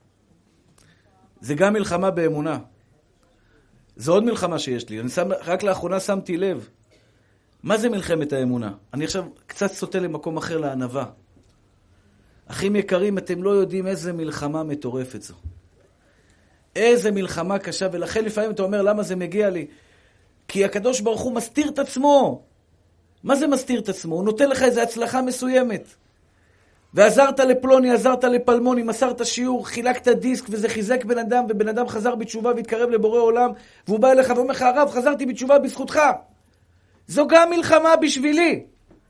A: זה גם מלחמה באמונה. זו עוד מלחמה שיש לי. אני שם, רק לאחרונה שמתי לב. מה זה מלחמת האמונה? אני עכשיו קצת סוטה למקום אחר לענווה. אחים יקרים, אתם לא יודעים איזה מלחמה מטורפת זו. איזה מלחמה קשה, ולכן לפעמים אתה אומר, למה זה מגיע לי? כי הקדוש ברוך הוא מסתיר את עצמו. מה זה מסתיר את עצמו? הוא נותן לך איזו הצלחה מסוימת. ועזרת לפלוני, עזרת לפלמוני, מסרת שיעור, חילקת דיסק, וזה חיזק בן אדם, ובן אדם חזר בתשובה והתקרב לבורא עולם, והוא בא אליך ואומר לך, הרב, חזרתי בתשובה בזכותך. זו גם מלחמה בשבילי.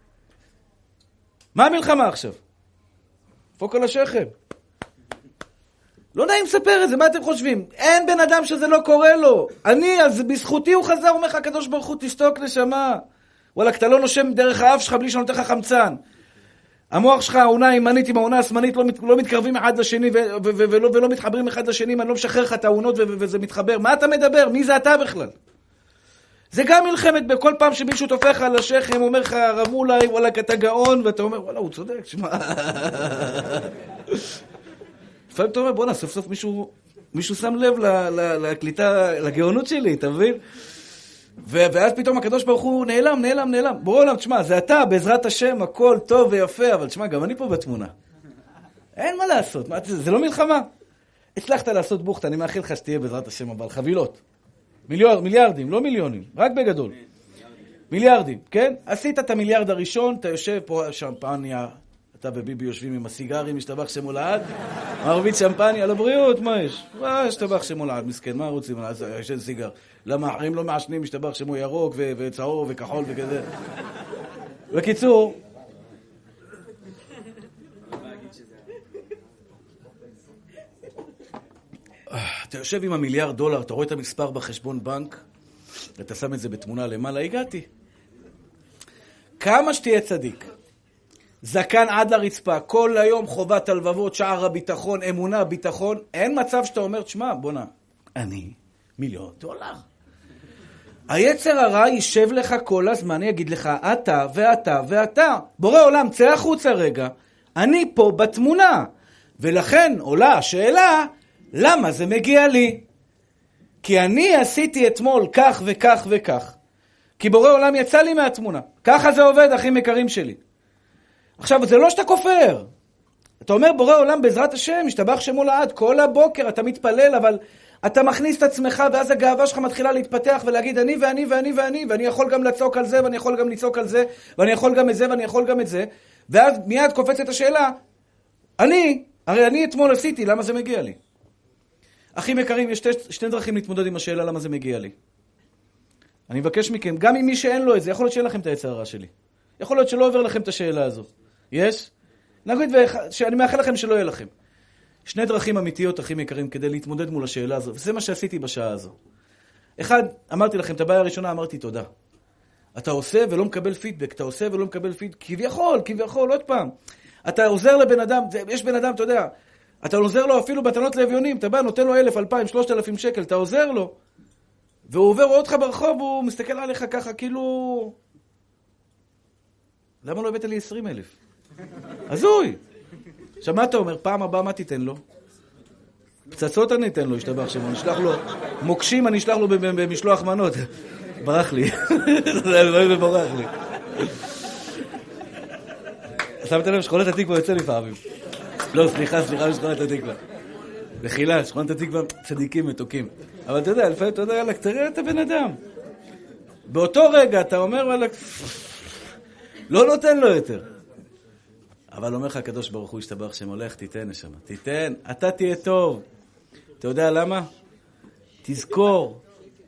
A: מה המלחמה עכשיו? פוק על השכם. לא נעים לספר את זה, מה אתם חושבים? אין בן אדם שזה לא קורה לו. אני, אז בזכותי הוא חזר, אומר לך, הקדוש ברוך הוא, תשתוק נשמה. וואלה, אתה לא נושם דרך האף שלך בלי שנותן לך חמצן. המוח שלך, העונה הימנית עם העונה השמאלית, לא, מת, לא מתקרבים אחד לשני, ו- ו- ו- ולא, ולא מתחברים אחד לשני, אני לא משחרר לך את העונות, ו- ו- וזה מתחבר. מה אתה מדבר? מי זה אתה בכלל? זה גם מלחמת, בכל פעם שמישהו תופך על השכם, אומר לך, רמו אולי, וואלה, אתה גאון, ואתה אומר, וואלה, הוא צודק, שמה. לפעמים אתה אומר, בוא נה, סוף סוף מישהו, מישהו שם לב ל- ל- לקליטה, לגאונות שלי, אתה מבין? ו- ואז פתאום הקדוש ברוך הוא נעלם, נעלם, נעלם. בוא עולם, תשמע, זה אתה, בעזרת השם, הכל טוב ויפה, אבל תשמע, גם אני פה בתמונה. אין מה לעשות, מה, זה, זה לא מלחמה. הצלחת לעשות בוכת, אני מאחל לך שתהיה בעזרת השם, אבל חבילות. מיליארד, מיליארדים, לא מיליונים, רק בגדול. מיליארדים, כן? עשית את המיליארד הראשון, אתה יושב פה, שמפניה, אתה וביבי יושבים עם הסיגרים, משתבח שמו לעד, מרבית שמפניה, לבריאות, מה יש? מה משתבח שמו לעד, מסכן, מה רוצים? יש אין סיגר. למה אחרים לא מעשנים, משתבח שמו ירוק ו- וצהור וכחול וכזה. בקיצור, אתה יושב עם המיליארד דולר, אתה רואה את המספר בחשבון בנק, ואתה שם את זה בתמונה למעלה, הגעתי. כמה שתהיה צדיק, זקן עד לרצפה, כל היום חובת הלבבות, שער הביטחון, אמונה, ביטחון, אין מצב שאתה אומר, תשמע, בוא נע, אני מיליון דולר. היצר הרע יישב לך כל הזמן, יגיד לך, אתה ואתה ואתה. בורא עולם, צא החוצה רגע, אני פה בתמונה. ולכן עולה השאלה, למה זה מגיע לי? כי אני עשיתי אתמול כך וכך וכך. כי בורא עולם יצא לי מהתמונה. ככה זה עובד, אחים יקרים שלי. עכשיו, זה לא שאתה כופר. אתה אומר, בורא עולם בעזרת השם, משתבח שמו לעד, כל הבוקר אתה מתפלל, אבל אתה מכניס את עצמך, ואז הגאווה שלך מתחילה להתפתח ולהגיד, אני ואני ואני ואני, ואני יכול גם לצעוק על זה, ואני יכול גם לצעוק על זה, ואני יכול גם את זה, ואני יכול גם את זה, ואז מיד קופצת השאלה, אני, הרי אני אתמול עשיתי, למה זה מגיע לי? אחים יקרים, יש שתי, שתי דרכים להתמודד עם השאלה, למה זה מגיע לי. אני מבקש מכם, גם עם מי שאין לו את זה, יכול להיות שאין לכם את היצר הרע שלי. יכול להיות שלא עובר לכם את השאלה הזו. יש? נגיד שאני מאחל לכם שלא יהיה לכם. שני דרכים אמיתיות הכי יקרים כדי להתמודד מול השאלה הזו, וזה מה שעשיתי בשעה הזו. אחד, אמרתי לכם, את הבעיה הראשונה אמרתי תודה. אתה עושה ולא מקבל פידבק, אתה עושה ולא מקבל פידבק, כביכול, כביכול, עוד פעם. אתה עוזר לבן אדם, יש בן אדם, אתה יודע, אתה עוזר לו אפילו בתנות לאביונים, אתה בא, נותן לו אלף, אלפיים, שלושת אלפים שקל, אתה עוזר לו, והוא עובר אותך ברחוב, הוא מסתכל עליך ככה, כאילו... למה לא הבאת לי עשרים אלף? הזוי! עכשיו, מה אתה אומר? פעם הבאה, מה תיתן לו? פצצות אני אתן לו, השתבח שמו, אני אשלח לו... מוקשים אני אשלח לו במשלוח מנות. ברח לי. זה ברח לי. שמת לב, שכונת התקווה יוצא לפעמים. לא, סליחה, סליחה, שכונת התקווה. בחילה, שכונת התקווה צדיקים מתוקים. אבל אתה יודע, לפעמים אתה יודע, יאללה, תראה את הבן אדם. באותו רגע אתה אומר, יאללה, לא נותן לו יותר. אבל אומר לך הקדוש ברוך הוא ישתבח שם, הולך, תיתן נשמה, תיתן, אתה תהיה טוב. אתה יודע למה? תזכור,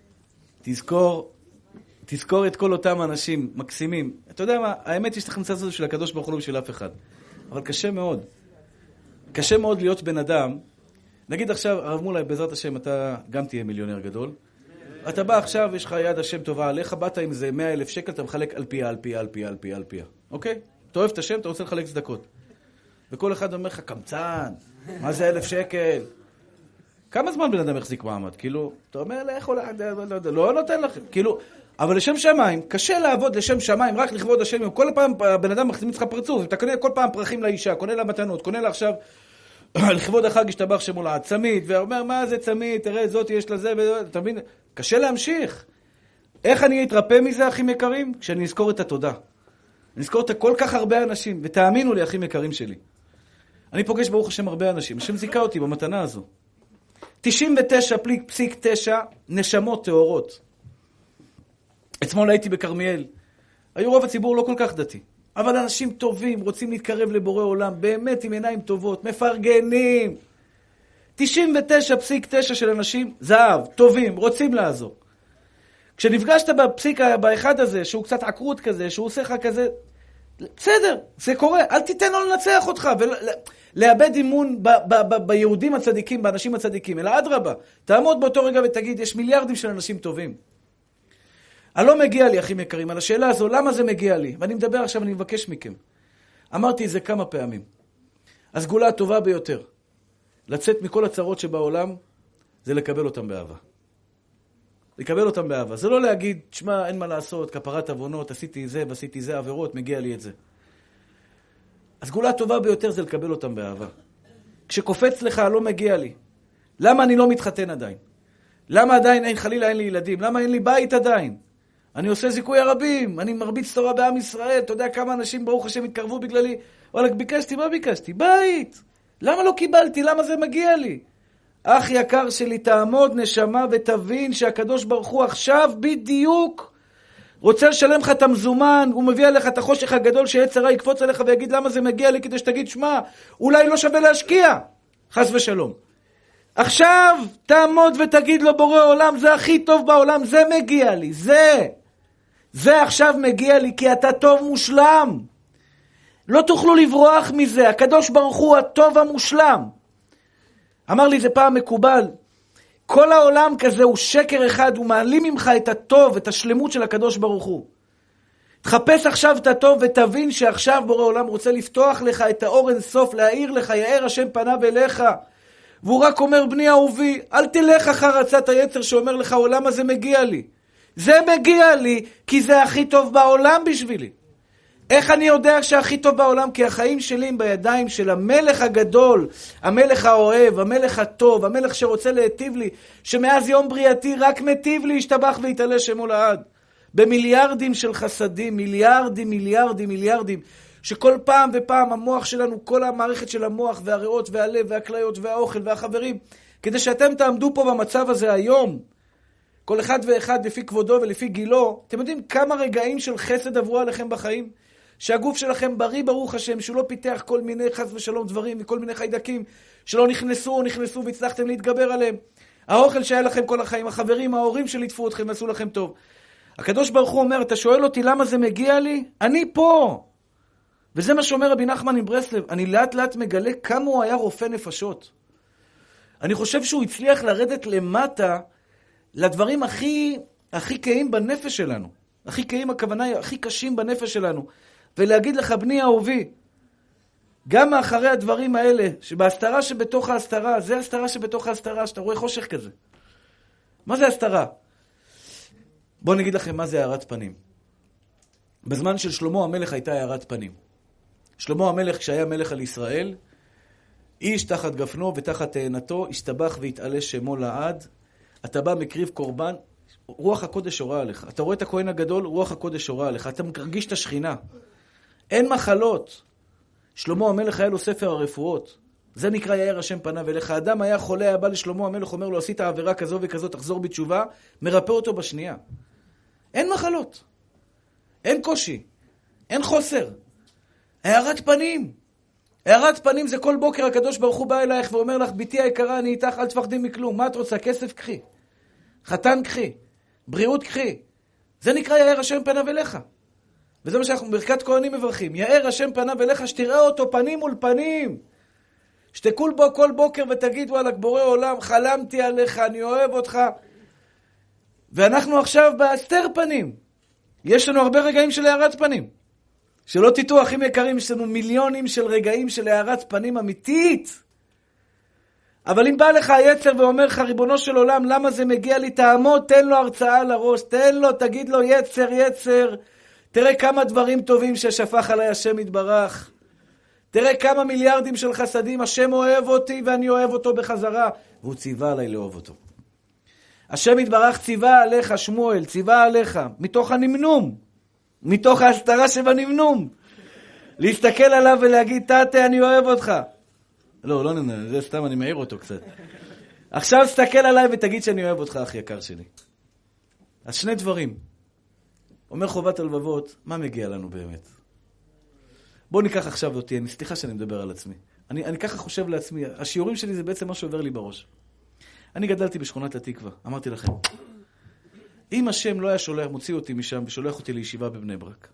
A: תזכור, תזכור את כל אותם אנשים מקסימים. אתה יודע מה? האמת היא שתכנסה הזאת של הקדוש ברוך הוא לא בשביל אף אחד. אבל קשה מאוד. קשה מאוד להיות בן אדם. נגיד עכשיו, הרב מולי, בעזרת השם, אתה גם תהיה מיליונר גדול. אתה בא עכשיו, יש לך יד השם טובה עליך, באת עם זה מאה אלף שקל, אתה מחלק על פיה, על פיה, על פיה, על פיה, על פיה. אוקיי? אתה אוהב את השם, אתה רוצה לחלק צדקות. וכל אחד אומר לך, קמצן, מה זה אלף שקל? כמה זמן בן אדם יחזיק מעמד? כאילו, אתה אומר, לך, לא נותן לכם. כאילו, אבל לשם שמיים, קשה לעבוד לשם שמיים, רק לכבוד השם. כל פעם בן אדם מחזיק לך פרצוף, אתה קונה כל פעם פרחים לאישה, קונה לה מתנות, קונה לה עכשיו, לכבוד החג ישתבח שמו לה, צמית, ואומר, מה זה צמית? תראה, זאת יש לזה, אתה מבין? קשה להמשיך. איך אני אתרפא מזה, אחים יקרים? כשאני אזכור את התודה. אני אזכור את כל כך הרבה אנשים, ותאמינו לי, אחים יקרים שלי. אני פוגש ברוך השם הרבה אנשים, השם זיכה אותי במתנה הזו. תשעים ותשע פסיק תשע נשמות תאורות. אתמול הייתי בקרמיאל. היו רוב הציבור לא כל כך דתי. אבל אנשים טובים, רוצים להתקרב לבורא עולם, באמת עם עיניים טובות, מפרגנים. תשעים ותשע פסיק תשע של אנשים, זהב, טובים, רוצים לעזור. כשנפגשת בפסיק, באחד הזה, שהוא קצת עקרות כזה, שהוא עושה לך כזה, בסדר, זה קורה, אל תיתן לו לנצח אותך, ולאבד אימון ב- ב- ב- ביהודים הצדיקים, באנשים הצדיקים, אלא אדרבה, תעמוד באותו רגע ותגיד, יש מיליארדים של אנשים טובים. אני לא מגיע לי, אחים יקרים, על השאלה הזו, למה זה מגיע לי? ואני מדבר עכשיו, אני מבקש מכם. אמרתי את זה כמה פעמים. הסגולה הטובה ביותר, לצאת מכל הצרות שבעולם, זה לקבל אותם באהבה. לקבל אותם באהבה. זה לא להגיד, תשמע, אין מה לעשות, כפרת עוונות, עשיתי זה ועשיתי זה, עבירות, מגיע לי את זה. הסגולה הטובה ביותר זה לקבל אותם באהבה. כשקופץ לך, לא מגיע לי. למה אני לא מתחתן עדיין? למה עדיין אין, חלילה אין לי ילדים? למה אין לי בית עדיין? אני עושה זיכוי הרבים, אני מרביץ תורה בעם ישראל, אתה יודע כמה אנשים ברוך השם התקרבו בגללי? וואלה, ביקשתי, מה ביקשתי? בית! למה לא קיבלתי? למה זה מגיע לי? אח יקר שלי, תעמוד נשמה ותבין שהקדוש ברוך הוא עכשיו בדיוק רוצה לשלם לך את המזומן, הוא מביא עליך את החושך הגדול שיצרה יקפוץ עליך ויגיד למה זה מגיע לי, כדי שתגיד, שמה, אולי לא שווה להשקיע, חס ושלום. עכשיו תעמוד ותגיד לו, בורא עולם, זה הכי טוב בעולם, זה מגיע לי, זה, זה עכשיו מגיע לי, כי אתה טוב מושלם. לא תוכלו לברוח מזה, הקדוש ברוך הוא הטוב המושלם. אמר לי זה פעם מקובל, כל העולם כזה הוא שקר אחד, הוא מעלים ממך את הטוב, את השלמות של הקדוש ברוך הוא. תחפש עכשיו את הטוב ותבין שעכשיו בורא עולם רוצה לפתוח לך את האור אין סוף, להאיר לך, יאר השם פניו אליך. והוא רק אומר, בני אהובי, אל תלך אחר עצת היצר שאומר לך, העולם הזה מגיע לי. זה מגיע לי כי זה הכי טוב בעולם בשבילי. איך אני יודע שהכי טוב בעולם? כי החיים שלי הם בידיים של המלך הגדול, המלך האוהב, המלך הטוב, המלך שרוצה להיטיב לי, שמאז יום בריאתי רק מטיב לי, ישתבח ויתעלה שמו לעד. במיליארדים של חסדים, מיליארדים, מיליארדים, מיליארדים, שכל פעם ופעם המוח שלנו, כל המערכת של המוח והריאות והלב והכליות והאוכל והחברים, כדי שאתם תעמדו פה במצב הזה היום, כל אחד ואחד לפי כבודו ולפי גילו, אתם יודעים כמה רגעים של חסד עברו עליכם בחיים? שהגוף שלכם בריא ברוך השם, שהוא לא פיתח כל מיני חס ושלום דברים, וכל מיני חיידקים שלא נכנסו או נכנסו והצלחתם להתגבר עליהם. האוכל שהיה לכם כל החיים, החברים, ההורים שליטפו אתכם ועשו לכם טוב. הקדוש ברוך הוא אומר, אתה שואל אותי למה זה מגיע לי? אני פה. וזה מה שאומר רבי נחמן מברסלב. אני לאט לאט מגלה כמה הוא היה רופא נפשות. אני חושב שהוא הצליח לרדת למטה לדברים הכי, הכי קיים בנפש שלנו. הכי קיים, הכוונה היא הכי קשים בנפש שלנו. ולהגיד לך, בני אהובי, גם מאחרי הדברים האלה, שבהסתרה שבתוך ההסתרה, זה הסתרה שבתוך ההסתרה, שאתה רואה חושך כזה. מה זה הסתרה? בואו נגיד לכם מה זה הארת פנים. בזמן של שלמה המלך הייתה הארת פנים. שלמה המלך, כשהיה מלך על ישראל, איש תחת גפנו ותחת תאנתו, השתבח והתעלה שמו לעד. אתה בא מקריב קורבן, רוח הקודש הורה עליך. אתה רואה את הכהן הגדול, רוח הקודש הורה עליך. אתה מרגיש את השכינה. אין מחלות. שלמה המלך היה לו ספר הרפואות. זה נקרא יאר השם פניו אליך. האדם היה חולה, היה בא לשלמה המלך, אומר לו, עשית עבירה כזו וכזו, תחזור בתשובה, מרפא אותו בשנייה. אין מחלות. אין קושי. אין חוסר. הארת פנים. הארת פנים זה כל בוקר הקדוש ברוך הוא בא אלייך ואומר לך, ביתי היקרה, אני איתך, אל תפחדי מכלום. מה את רוצה? כסף קחי. חתן קחי. בריאות קחי. זה נקרא יאר השם פניו אליך. וזה מה שאנחנו ברכת כהנים מברכים. יאר השם פניו אליך, שתראה אותו פנים מול פנים. שתקול בו כל בוקר ותגיד, וואלה, בורא עולם, חלמתי עליך, אני אוהב אותך. ואנחנו עכשיו בהסתר פנים. יש לנו הרבה רגעים של הארת פנים. שלא תטעו, אחים יקרים, יש לנו מיליונים של רגעים של הארת פנים אמיתית. אבל אם בא לך היצר ואומר לך, ריבונו של עולם, למה זה מגיע לי? תעמוד, תן לו הרצאה לראש, תן לו, תגיד לו, יצר, יצר. תראה כמה דברים טובים ששפך עליי השם יתברך. תראה כמה מיליארדים של חסדים, השם אוהב אותי ואני אוהב אותו בחזרה. והוא ציווה עליי לאהוב אותו. השם יתברך ציווה עליך, שמואל, ציווה עליך, מתוך הנמנום, מתוך ההסתרה שבנמנום. להסתכל עליו ולהגיד, תתה, אני אוהב אותך. לא, לא נמנע, זה סתם, אני מעיר אותו קצת. עכשיו תסתכל עליי ותגיד שאני אוהב אותך, אח יקר שלי. אז שני דברים. אומר חובת הלבבות, מה מגיע לנו באמת? בואו ניקח עכשיו אותי, אני סליחה שאני מדבר על עצמי. אני, אני ככה חושב לעצמי, השיעורים שלי זה בעצם מה שעובר לי בראש. אני גדלתי בשכונת התקווה, אמרתי לכם, אם השם לא היה שולח, מוציא אותי משם ושולח אותי לישיבה בבני ברק,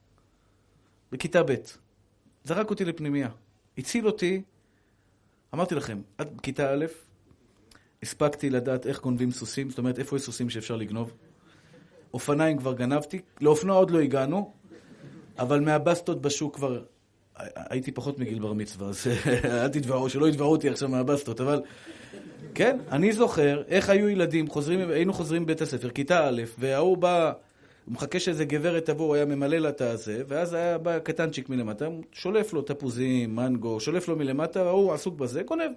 A: בכיתה ב', זרק אותי לפנימיה, הציל אותי, אמרתי לכם, עד כיתה א', הספקתי לדעת איך גונבים סוסים, זאת אומרת, איפה יש סוסים שאפשר לגנוב. אופניים כבר גנבתי, לאופנוע עוד לא הגענו, אבל מהבסטות בשוק כבר, הייתי פחות מגיל בר מצווה, אז אל תתבעו, שלא יתבעו אותי עכשיו מהבסטות, אבל כן, אני זוכר איך היו ילדים, חוזרים, היינו חוזרים בבית הספר, כיתה א', והוא בא, הוא מחכה שאיזה גברת תבוא, הוא היה ממלא לה את הזה, ואז היה בא קטנצ'יק מלמטה, שולף לו תפוזים, מנגו, שולף לו מלמטה, והוא עסוק בזה, גונב.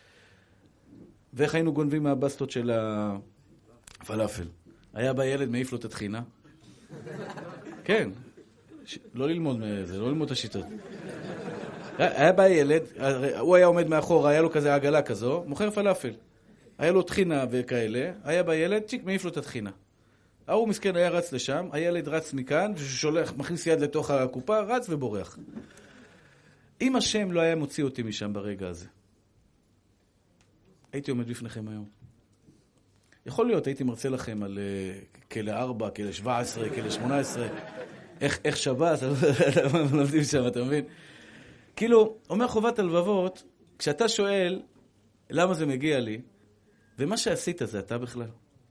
A: ואיך היינו גונבים מהבסטות של הפלאפל? היה בא ילד, מעיף לו את התחינה. כן, ש... לא ללמוד מזה, לא ללמוד את השיטות. היה בא ילד, הוא היה עומד מאחור, היה לו כזה עגלה כזו, מוכר פלאפל. היה לו תחינה וכאלה, היה בא ילד, צ'יק, מעיף לו את התחינה. ההוא מסכן היה רץ לשם, הילד רץ מכאן, ושולח, מכניס יד לתוך הקופה, רץ ובורח. אם השם לא היה מוציא אותי משם ברגע הזה, הייתי עומד בפניכם היום. יכול להיות, הייתי מרצה לכם על uh, כלא ארבע, כלא שבע עשרה, כלא שמונה עשרה, איך, איך שבת, לומדים שם, אתה מבין? כאילו, אומר חובת הלבבות, כשאתה שואל למה זה מגיע לי, ומה שעשית זה אתה בכלל.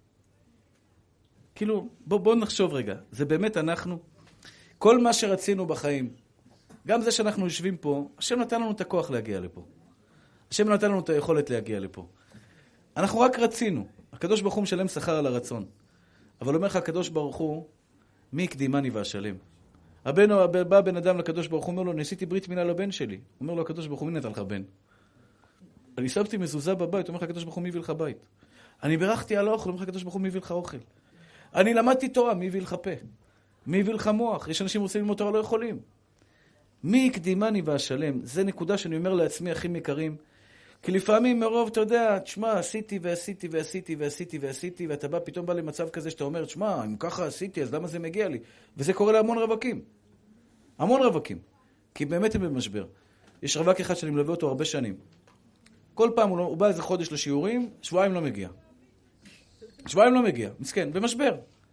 A: כאילו, בוא, בוא נחשוב רגע, זה באמת אנחנו, כל מה שרצינו בחיים, גם זה שאנחנו יושבים פה, השם נתן לנו את הכוח להגיע לפה. השם נתן לנו את היכולת להגיע לפה. אנחנו רק רצינו. הקדוש ברוך הוא משלם שכר על הרצון. אבל אומר לך הקדוש ברוך הוא, מי הקדימני ואשלם? הבן, בא בן אדם לקדוש ברוך הוא, אומר לו, נעשיתי ברית מילה לבן שלי. אומר לו הקדוש ברוך הוא, מי נתן לך בן? אני שמתי מזוזה בבית, אומר לך הקדוש ברוך הוא, מי הביא לך בית? אני בירכתי על האוכל, אומר לך הקדוש ברוך הוא, מי הביא לך אוכל? אני למדתי תורה, מי הביא לך פה? מי הביא לך מוח? יש אנשים רוצים ללמוד תורה, לא יכולים. מי הקדימני ואשלם? זה נקודה שאני אומר לעצמי, אחים יקרים, כי לפעמים מרוב, אתה יודע, תשמע, עשיתי ועשיתי ועשיתי ועשיתי ועשיתי, ואתה בא, פתאום בא למצב כזה שאתה אומר, תשמע, אם ככה עשיתי, אז למה זה מגיע לי? וזה קורה להמון רווקים. המון רווקים. כי באמת הם במשבר. יש רווק אחד שאני מלווה אותו הרבה שנים. כל פעם הוא, לא, הוא בא איזה חודש לשיעורים, שבועיים לא מגיע. שבועיים לא מגיע, מסכן, במשבר.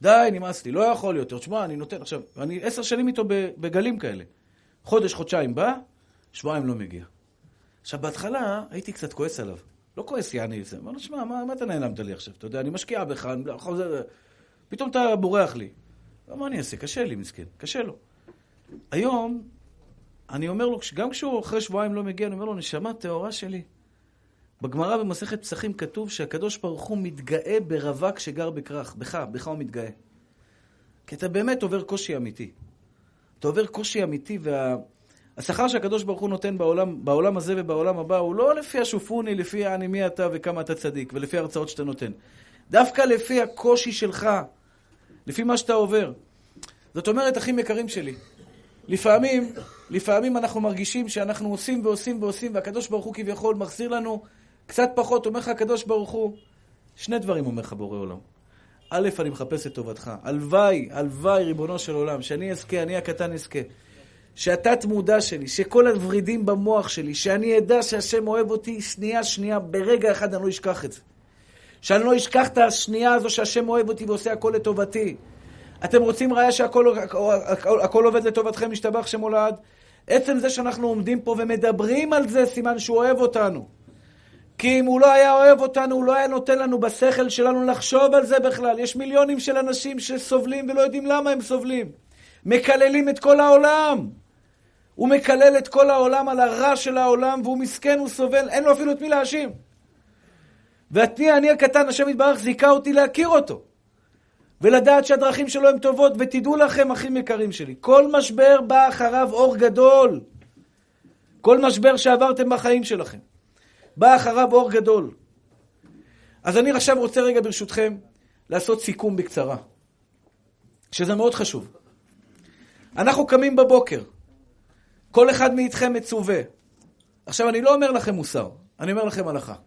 A: די, נמאס לי, לא יכול יותר. תשמע, אני נותן עכשיו, אני עשר שנים איתו בגלים כאלה. חודש, חודשיים בא, שבועיים לא מגיע. עכשיו, בהתחלה הייתי קצת כועס עליו. לא כועס יעני, זה. אמר לו, שמע, מה, מה אתה נעלמת לי עכשיו? אתה יודע, אני משקיע בך, אני חוזר, פתאום אתה בורח לי. מה אני אעשה? קשה לי, מסכן, קשה לו. היום, אני אומר לו, גם כשהוא אחרי שבועיים לא מגיע, אני אומר לו, נשמה, תאורה שלי. בגמרא במסכת פסחים כתוב שהקדוש ברוך הוא מתגאה ברווק שגר בכרך, בך, בך הוא מתגאה. כי אתה באמת עובר קושי אמיתי. אתה עובר קושי אמיתי, והשכר שהקדוש ברוך הוא נותן בעולם, בעולם הזה ובעולם הבא, הוא לא לפי השופוני, לפי אני מי אתה וכמה אתה צדיק, ולפי ההרצאות שאתה נותן. דווקא לפי הקושי שלך, לפי מה שאתה עובר. זאת אומרת, אחים יקרים שלי, לפעמים, לפעמים אנחנו מרגישים שאנחנו עושים ועושים ועושים, והקדוש ברוך הוא כביכול מחזיר לנו קצת פחות. אומר לך הקדוש ברוך הוא, שני דברים אומר לך בורא עולם. א', אני מחפש את טובתך. הלוואי, הלוואי ריבונו של עולם, שאני אזכה, אני הקטן אזכה. שאתה תמודע שלי, שכל הוורידים במוח שלי, שאני אדע שהשם אוהב אותי שנייה שנייה, ברגע אחד אני לא אשכח את זה. שאני לא אשכח את השנייה הזו שהשם אוהב אותי ועושה הכל לטובתי. אתם רוצים ראיה שהכל הכל, הכל עובד לטובתכם, משתבח שם הולד? עצם זה שאנחנו עומדים פה ומדברים על זה, סימן שהוא אוהב אותנו. כי אם הוא לא היה אוהב אותנו, הוא לא היה נותן לנו בשכל שלנו לחשוב על זה בכלל. יש מיליונים של אנשים שסובלים ולא יודעים למה הם סובלים. מקללים את כל העולם. הוא מקלל את כל העולם על הרע של העולם, והוא מסכן, הוא סובל, אין לו אפילו את מי להאשים. ואני, אני הקטן, השם יתברך, זיקה אותי להכיר אותו. ולדעת שהדרכים שלו הן טובות, ותדעו לכם, אחים יקרים שלי, כל משבר בא אחריו אור גדול. כל משבר שעברתם בחיים שלכם, בא אחריו אור גדול. אז אני עכשיו רוצה רגע ברשותכם, לעשות סיכום בקצרה. שזה מאוד חשוב. אנחנו קמים בבוקר, כל אחד מאיתכם מצווה. עכשיו אני לא אומר לכם מוסר, אני אומר לכם הלכה.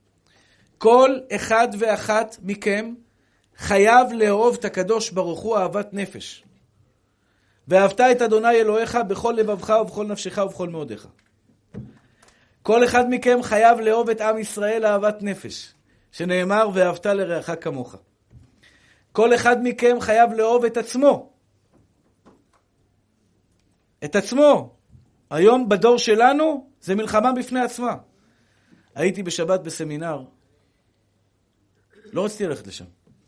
A: כל אחד ואחת מכם חייב לאהוב את הקדוש ברוך הוא אהבת נפש. ואהבת את אדוני אלוהיך בכל לבבך ובכל נפשך ובכל מאודיך. כל אחד מכם חייב לאהוב את עם ישראל אהבת נפש, שנאמר ואהבת לרעך כמוך. כל אחד מכם חייב לאהוב את עצמו. את עצמו. היום בדור שלנו זה מלחמה בפני עצמה. הייתי בשבת בסמינר, לא רציתי ללכת לשם.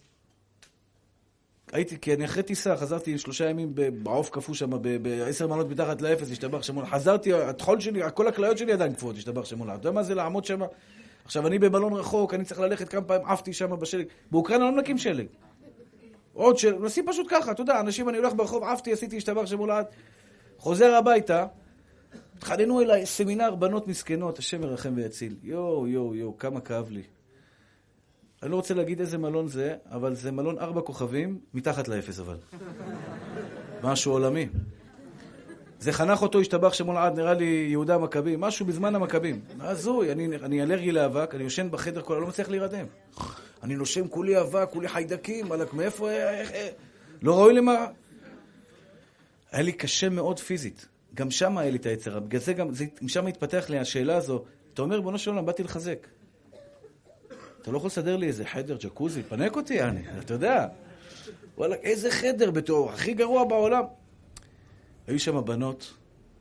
A: הייתי, כי אני אחרי טיסה, חזרתי שלושה ימים בעוף קפוא שם, בעשר מעלות מתחת לאפס, השתבח שמונה. חזרתי, התחול שלי, כל הכליות שלי עדיין קפואות, השתבח שמונה. אתה יודע מה זה לעמוד שם? עכשיו, אני במלון רחוק, אני צריך ללכת כמה פעמים, עפתי שם בשלג. באוקראינה לא מנקים שלג. עוד שלג, נשים פשוט ככה, אתה יודע, אנשים, אני הולך ברחוב, עפתי, עשיתי, השתבח שמונה. חוזר הביתה, התחננו אליי, סמינר, בנות מסכנות, השם ירחם ויציל. יו, יו, יו, כמה כאב לי. אני לא רוצה להגיד איזה מלון זה, אבל זה מלון ארבע כוכבים, מתחת לאפס אבל. משהו עולמי. זה חנך אותו, השתבח שמול עד, נראה לי יהודה המכבים, משהו בזמן המכבים. הזוי, אני, אני אלרגי לאבק, אני יושן בחדר כל, אני לא מצליח להירדם. אני נושם כולי אבק, כולי חיידקים, מלק, מאיפה, איך, איך, לא ראוי למה. היה לי קשה מאוד פיזית. גם שם היה לי את היצרה. בגלל זה גם, זה, שם התפתח לי השאלה הזו. אתה אומר, בנו של עולם, באתי לחזק. אתה לא יכול לסדר לי איזה חדר, ג'קוזי, פנק אותי, אני, אתה יודע. וואלה, איזה חדר בתור, הכי גרוע בעולם. היו שם בנות,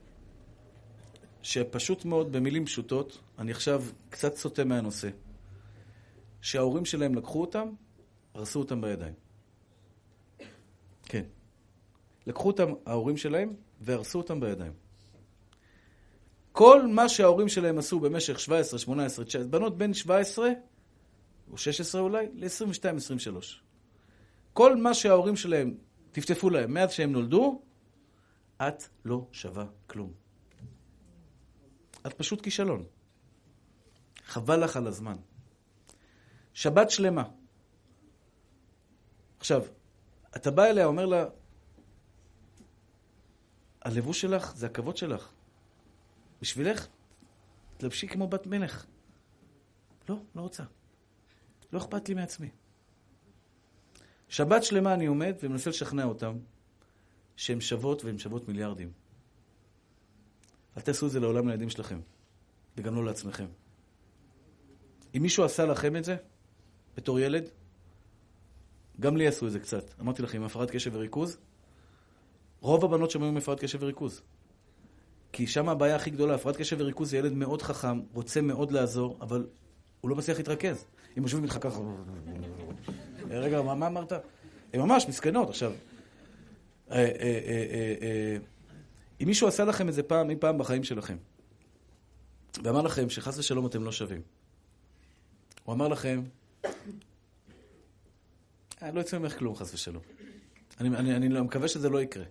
A: שפשוט מאוד, במילים פשוטות, אני עכשיו קצת סוטה מהנושא, שההורים שלהם לקחו אותם, הרסו אותם בידיים. כן. לקחו אותם, ההורים שלהם, והרסו אותם בידיים. כל מה שההורים שלהם עשו במשך שבע עשרה, שמונה עשרה, תשע עשרה, בנות בין שבע עשרה, או שש עשרה אולי, ל-עשרים ושתיים עשרים ושלוש. כל מה שההורים שלהם תפתפו להם מאז שהם נולדו, את לא שווה כלום. את פשוט כישלון. חבל לך על הזמן. שבת שלמה. עכשיו, אתה בא אליה, אומר לה, הלבוש שלך זה הכבוד שלך. בשבילך, תלבשי כמו בת מלך. לא, לא רוצה. לא אכפת לי מעצמי. שבת שלמה אני עומד ומנסה לשכנע אותם שהן שוות והן שוות מיליארדים. אל תעשו את זה לעולם לילדים שלכם, וגם לא לעצמכם. אם מישהו עשה לכם את זה, בתור ילד, גם לי עשו את זה קצת. אמרתי לכם, עם הפרעת קשב וריכוז, רוב הבנות שם היו עם הפרעת קשב וריכוז. כי שם הבעיה הכי גדולה, הפרעת קשב וריכוז זה ילד מאוד חכם, רוצה מאוד לעזור, אבל הוא לא מצליח להתרכז. אם יושבים איתך ככה... רגע, מה, מה אמרת? הם ממש מסכנות. עכשיו, אה, אה, אה, אה, אם מישהו עשה לכם את זה פעם, אי פעם בחיים שלכם, ואמר לכם שחס ושלום אתם לא שווים, הוא אמר לכם, לא יצא ממך כלום, חס ושלום. אני, אני, אני מקווה שזה לא יקרה.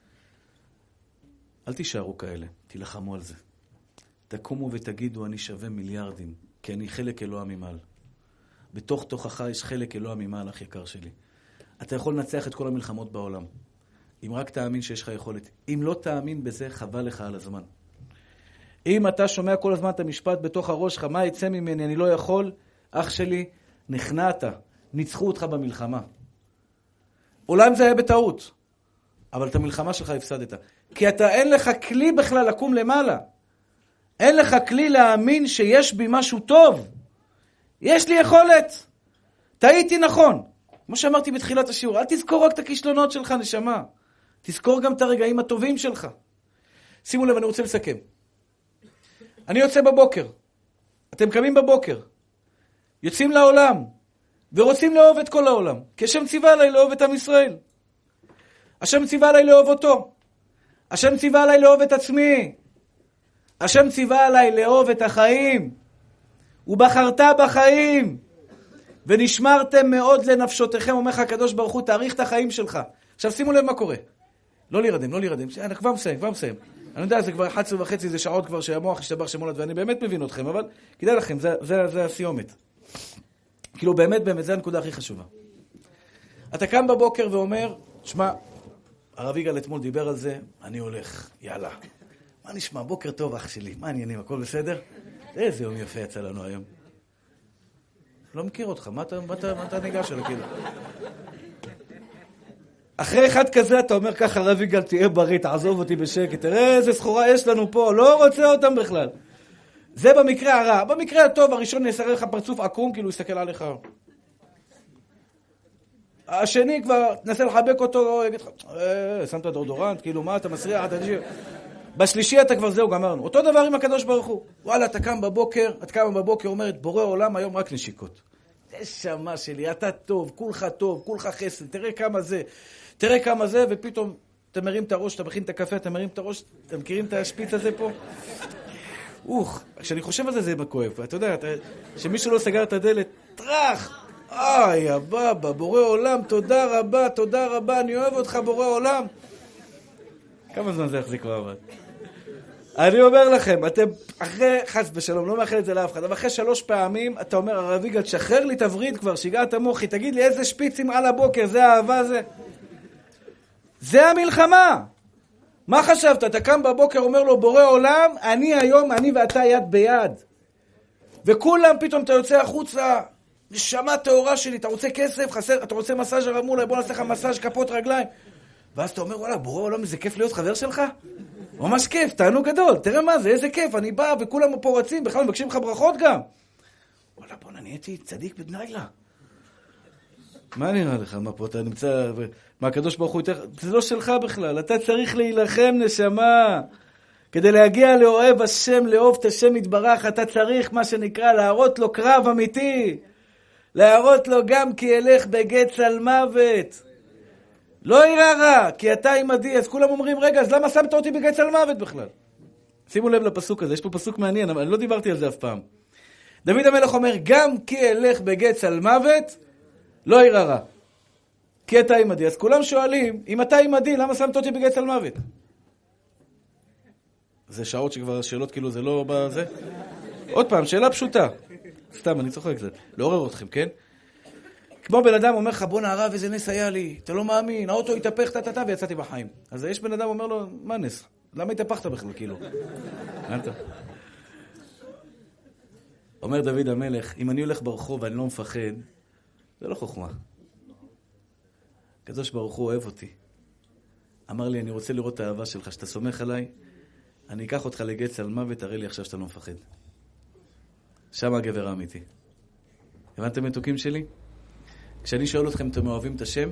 A: אל תישארו כאלה, תילחמו על זה. תקומו ותגידו, אני שווה מיליארדים, כי אני חלק אלוה ממעל. בתוך תוכך יש חלק אלוה ממעל, אח יקר שלי. אתה יכול לנצח את כל המלחמות בעולם. אם רק תאמין שיש לך יכולת. אם לא תאמין בזה, חבל לך על הזמן. אם אתה שומע כל הזמן את המשפט בתוך הראש שלך, מה יצא ממני, אני לא יכול, אח שלי, נכנעת, ניצחו אותך במלחמה. אולי אם זה היה בטעות, אבל את המלחמה שלך הפסדת. כי אתה אין לך כלי בכלל לקום למעלה. אין לך כלי להאמין שיש בי משהו טוב. יש לי יכולת. טעיתי נכון. כמו שאמרתי בתחילת השיעור, אל תזכור רק את הכישלונות שלך, נשמה. תזכור גם את הרגעים הטובים שלך. שימו לב, אני רוצה לסכם. אני יוצא בבוקר. אתם קמים בבוקר. יוצאים לעולם. ורוצים לאהוב את כל העולם. כי השם ציווה עליי לאהוב את עם ישראל. השם ציווה עליי לאהוב אותו. השם ציווה עליי לאהוב את עצמי. השם ציווה עליי לאהוב את החיים. ובחרת בחיים. ונשמרתם מאוד לנפשותיכם, אומר לך הקדוש ברוך הוא, תאריך את החיים שלך. עכשיו שימו לב מה קורה. לא להירדם, לא להירדם. אני כבר מסיים, כבר מסיים. אני יודע, זה כבר אחת עשרה וחצי, זה שעות כבר שהמוח השתבח שמולד, ואני באמת מבין אתכם, אבל כדאי לכם, זה, זה, זה הסיומת. כאילו באמת, באמת, זה הנקודה הכי חשובה. אתה קם בבוקר ואומר, שמע, הרב יגאל אתמול דיבר על זה, אני הולך, יאללה. מה נשמע? בוקר טוב, אח שלי. מה העניינים? הכל בסדר? איזה יום יפה יצא לנו היום. לא מכיר אותך, מה אתה, מה אתה, מה אתה ניגש עליו, כאילו? אחרי אחד כזה אתה אומר ככה, הרב יגאל, תהיה בריא, תעזוב אותי בשקט, תראה איזה סחורה יש לנו פה, לא רוצה אותם בכלל. זה במקרה הרע. במקרה הטוב, הראשון יסרר לך פרצוף עקום, כאילו יסתכל עליך. השני כבר תנסה לחבק אותו, יגיד לך, אה, שמת דורדורנט, כאילו מה, אתה מסריח, אתה תשאיר. בשלישי אתה כבר זהו, גמרנו. אותו דבר עם הקדוש ברוך הוא. וואלה, אתה קם בבוקר, את קם בבוקר, אומרת, בורא עולם היום רק נשיקות. זה שמה שלי, אתה טוב, כולך טוב, כולך חסד, תראה כמה זה, תראה כמה זה, ופתאום אתה מרים את הראש, אתה מכין את הקפה, אתה מרים את הראש, אתם מכירים את השפיץ הזה פה? אוח, כשאני חושב על זה, זה כואב. אתה יודע, שמישהו לא סגר את הדלת, טרח, איי, הבבא, בורא עולם, תודה רבה, תודה רבה, אני אוהב אותך, בורא עולם. כמה זמן זה יחזיק מעמד? אני אומר לכם, אתם אחרי, חס ושלום, לא מאחל את זה לאף אחד, אבל אחרי שלוש פעמים, אתה אומר, הרב יגאל, תשחרר לי תברית כבר, שיגע את המוחי, תגיד לי איזה שפיצים על הבוקר, זה האהבה זה. זה המלחמה. מה חשבת? אתה קם בבוקר, אומר לו, בורא עולם, אני היום, אני ואתה יד ביד. וכולם פתאום אתה יוצא החוצה, נשמה תאורה שלי, אתה רוצה כסף, חסר, אתה רוצה מסאז' הרמולה, בוא נעשה לך מסאז' כפות רגליים. ואז אתה אומר, וואלה, בורא עולם, איזה כיף להיות חבר שלך? ממש כיף, תענוג גדול, תראה מה זה, איזה כיף, אני בא וכולם פה רצים, בכלל מבקשים לך ברכות גם. וואלה, בוא נהייתי צדיק בן לילה. מה נראה לך? מה פה אתה נמצא, מה הקדוש ברוך הוא יותר, זה לא שלך בכלל, אתה צריך להילחם נשמה. כדי להגיע לאוהב השם, לאהוב את השם יתברך, אתה צריך מה שנקרא להראות לו קרב אמיתי. להראות לו גם כי ילך בגץ על מוות. לא יראה רע, כי אתה עמדי, אז כולם אומרים, רגע, אז למה שמת אותי בגץ על מוות בכלל? שימו לב לפסוק הזה, יש פה פסוק מעניין, אבל אני לא דיברתי על זה אף פעם. דוד המלך אומר, גם כי ילך בגץ על מוות, לא יראה רע. כי אתה עמדי. אז כולם שואלים, אם אתה עמדי, למה שמת אותי בגץ על מוות? זה שעות שכבר השאלות כאילו זה לא בזה. עוד פעם, שאלה פשוטה. סתם, אני צוחק קצת. לעורר אתכם, כן? כמו בן אדם אומר לך, בוא נערב, איזה נס היה לי. אתה לא מאמין, האוטו התהפך, תתתה, ויצאתי בחיים. אז יש בן אדם אומר לו, מה נס? למה התהפכת בכלל, כאילו? אומר דוד המלך, אם אני הולך ברחוב ואני לא מפחד, זה לא חוכמה. הקדוש ברוך הוא אוהב אותי. אמר לי, אני רוצה לראות את האהבה שלך, שאתה סומך עליי, אני אקח אותך לגץ על מוות, תראה לי עכשיו שאתה לא מפחד. שם הגבר האמיתי. הבנתם מתוקים שלי? כשאני שואל אתכם, אתם אוהבים את השם?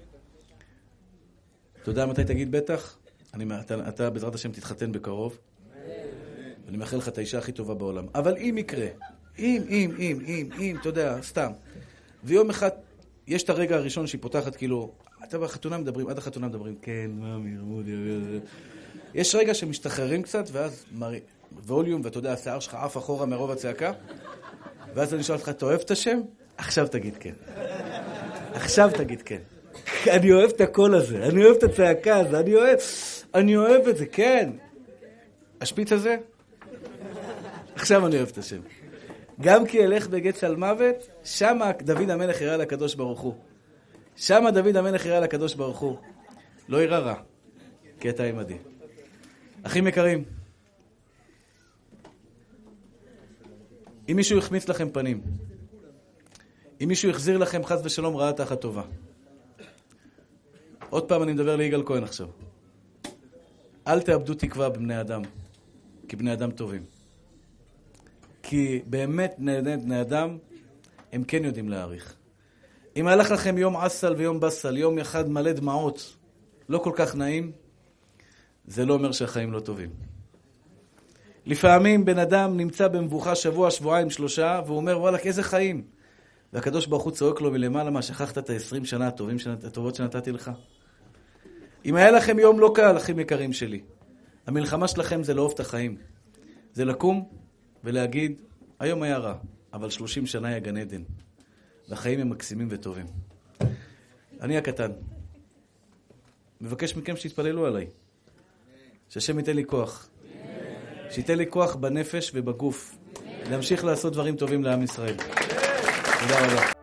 A: אתה יודע מתי תגיד בטח? אני, אתה, אתה בעזרת השם תתחתן בקרוב. אני מאחל לך את האישה הכי טובה בעולם. אבל אם יקרה, אם, אם, אם, אם, אם, אתה יודע, סתם. ויום אחד, יש את הרגע הראשון שהיא פותחת, כאילו, אתה בחתונה מדברים, עד החתונה מדברים, כן, מאמי, רמודי, יש רגע שמשתחררים קצת, ואז מרי, ווליום, ואתה יודע, השיער שלך עף אחורה מרוב הצעקה, ואז אני שואל אותך, אתה אוהב את השם? עכשיו תגיד כן. עכשיו תגיד כן. אני אוהב את הקול הזה, אני אוהב את הצעקה הזה, אני אוהב, אני אוהב את זה, כן. השפיץ הזה? עכשיו אני אוהב את השם. גם כי אלך בגץ על מוות, שמה דוד המלך יראה לקדוש ברוך הוא. שמה דוד המלך יראה לקדוש ברוך הוא. לא יראה רע, כי אתה עמדי. אחים יקרים, אם מישהו יחמיץ לכם פנים, אם מישהו יחזיר לכם חס ושלום רעה תחת טובה, עוד פעם אני מדבר ליגאל כהן עכשיו, אל תאבדו תקווה בבני אדם, כי בני אדם טובים. כי באמת בני, בני אדם הם כן יודעים להעריך. אם הלך לכם יום עסל ויום בסל, יום אחד מלא דמעות, לא כל כך נעים, זה לא אומר שהחיים לא טובים. לפעמים בן אדם נמצא במבוכה שבוע, שבועיים, שלושה, והוא אומר, וואלה, איזה חיים. והקדוש ברוך הוא צועק לו מלמעלה, מה, שכחת את ה-עשרים שנה הטובים, הטובות שנתתי לך? אם היה לכם יום לא קל, אחים יקרים שלי, המלחמה שלכם זה לאהוב את החיים. זה לקום ולהגיד, היום היה רע, אבל שלושים שנה היה גן עדן. והחיים הם מקסימים וטובים. אני הקטן. מבקש מכם שתתפללו עליי. שהשם ייתן לי כוח. שייתן לי כוח בנפש ובגוף. להמשיך לעשות דברים טובים לעם ישראל. תודה רבה.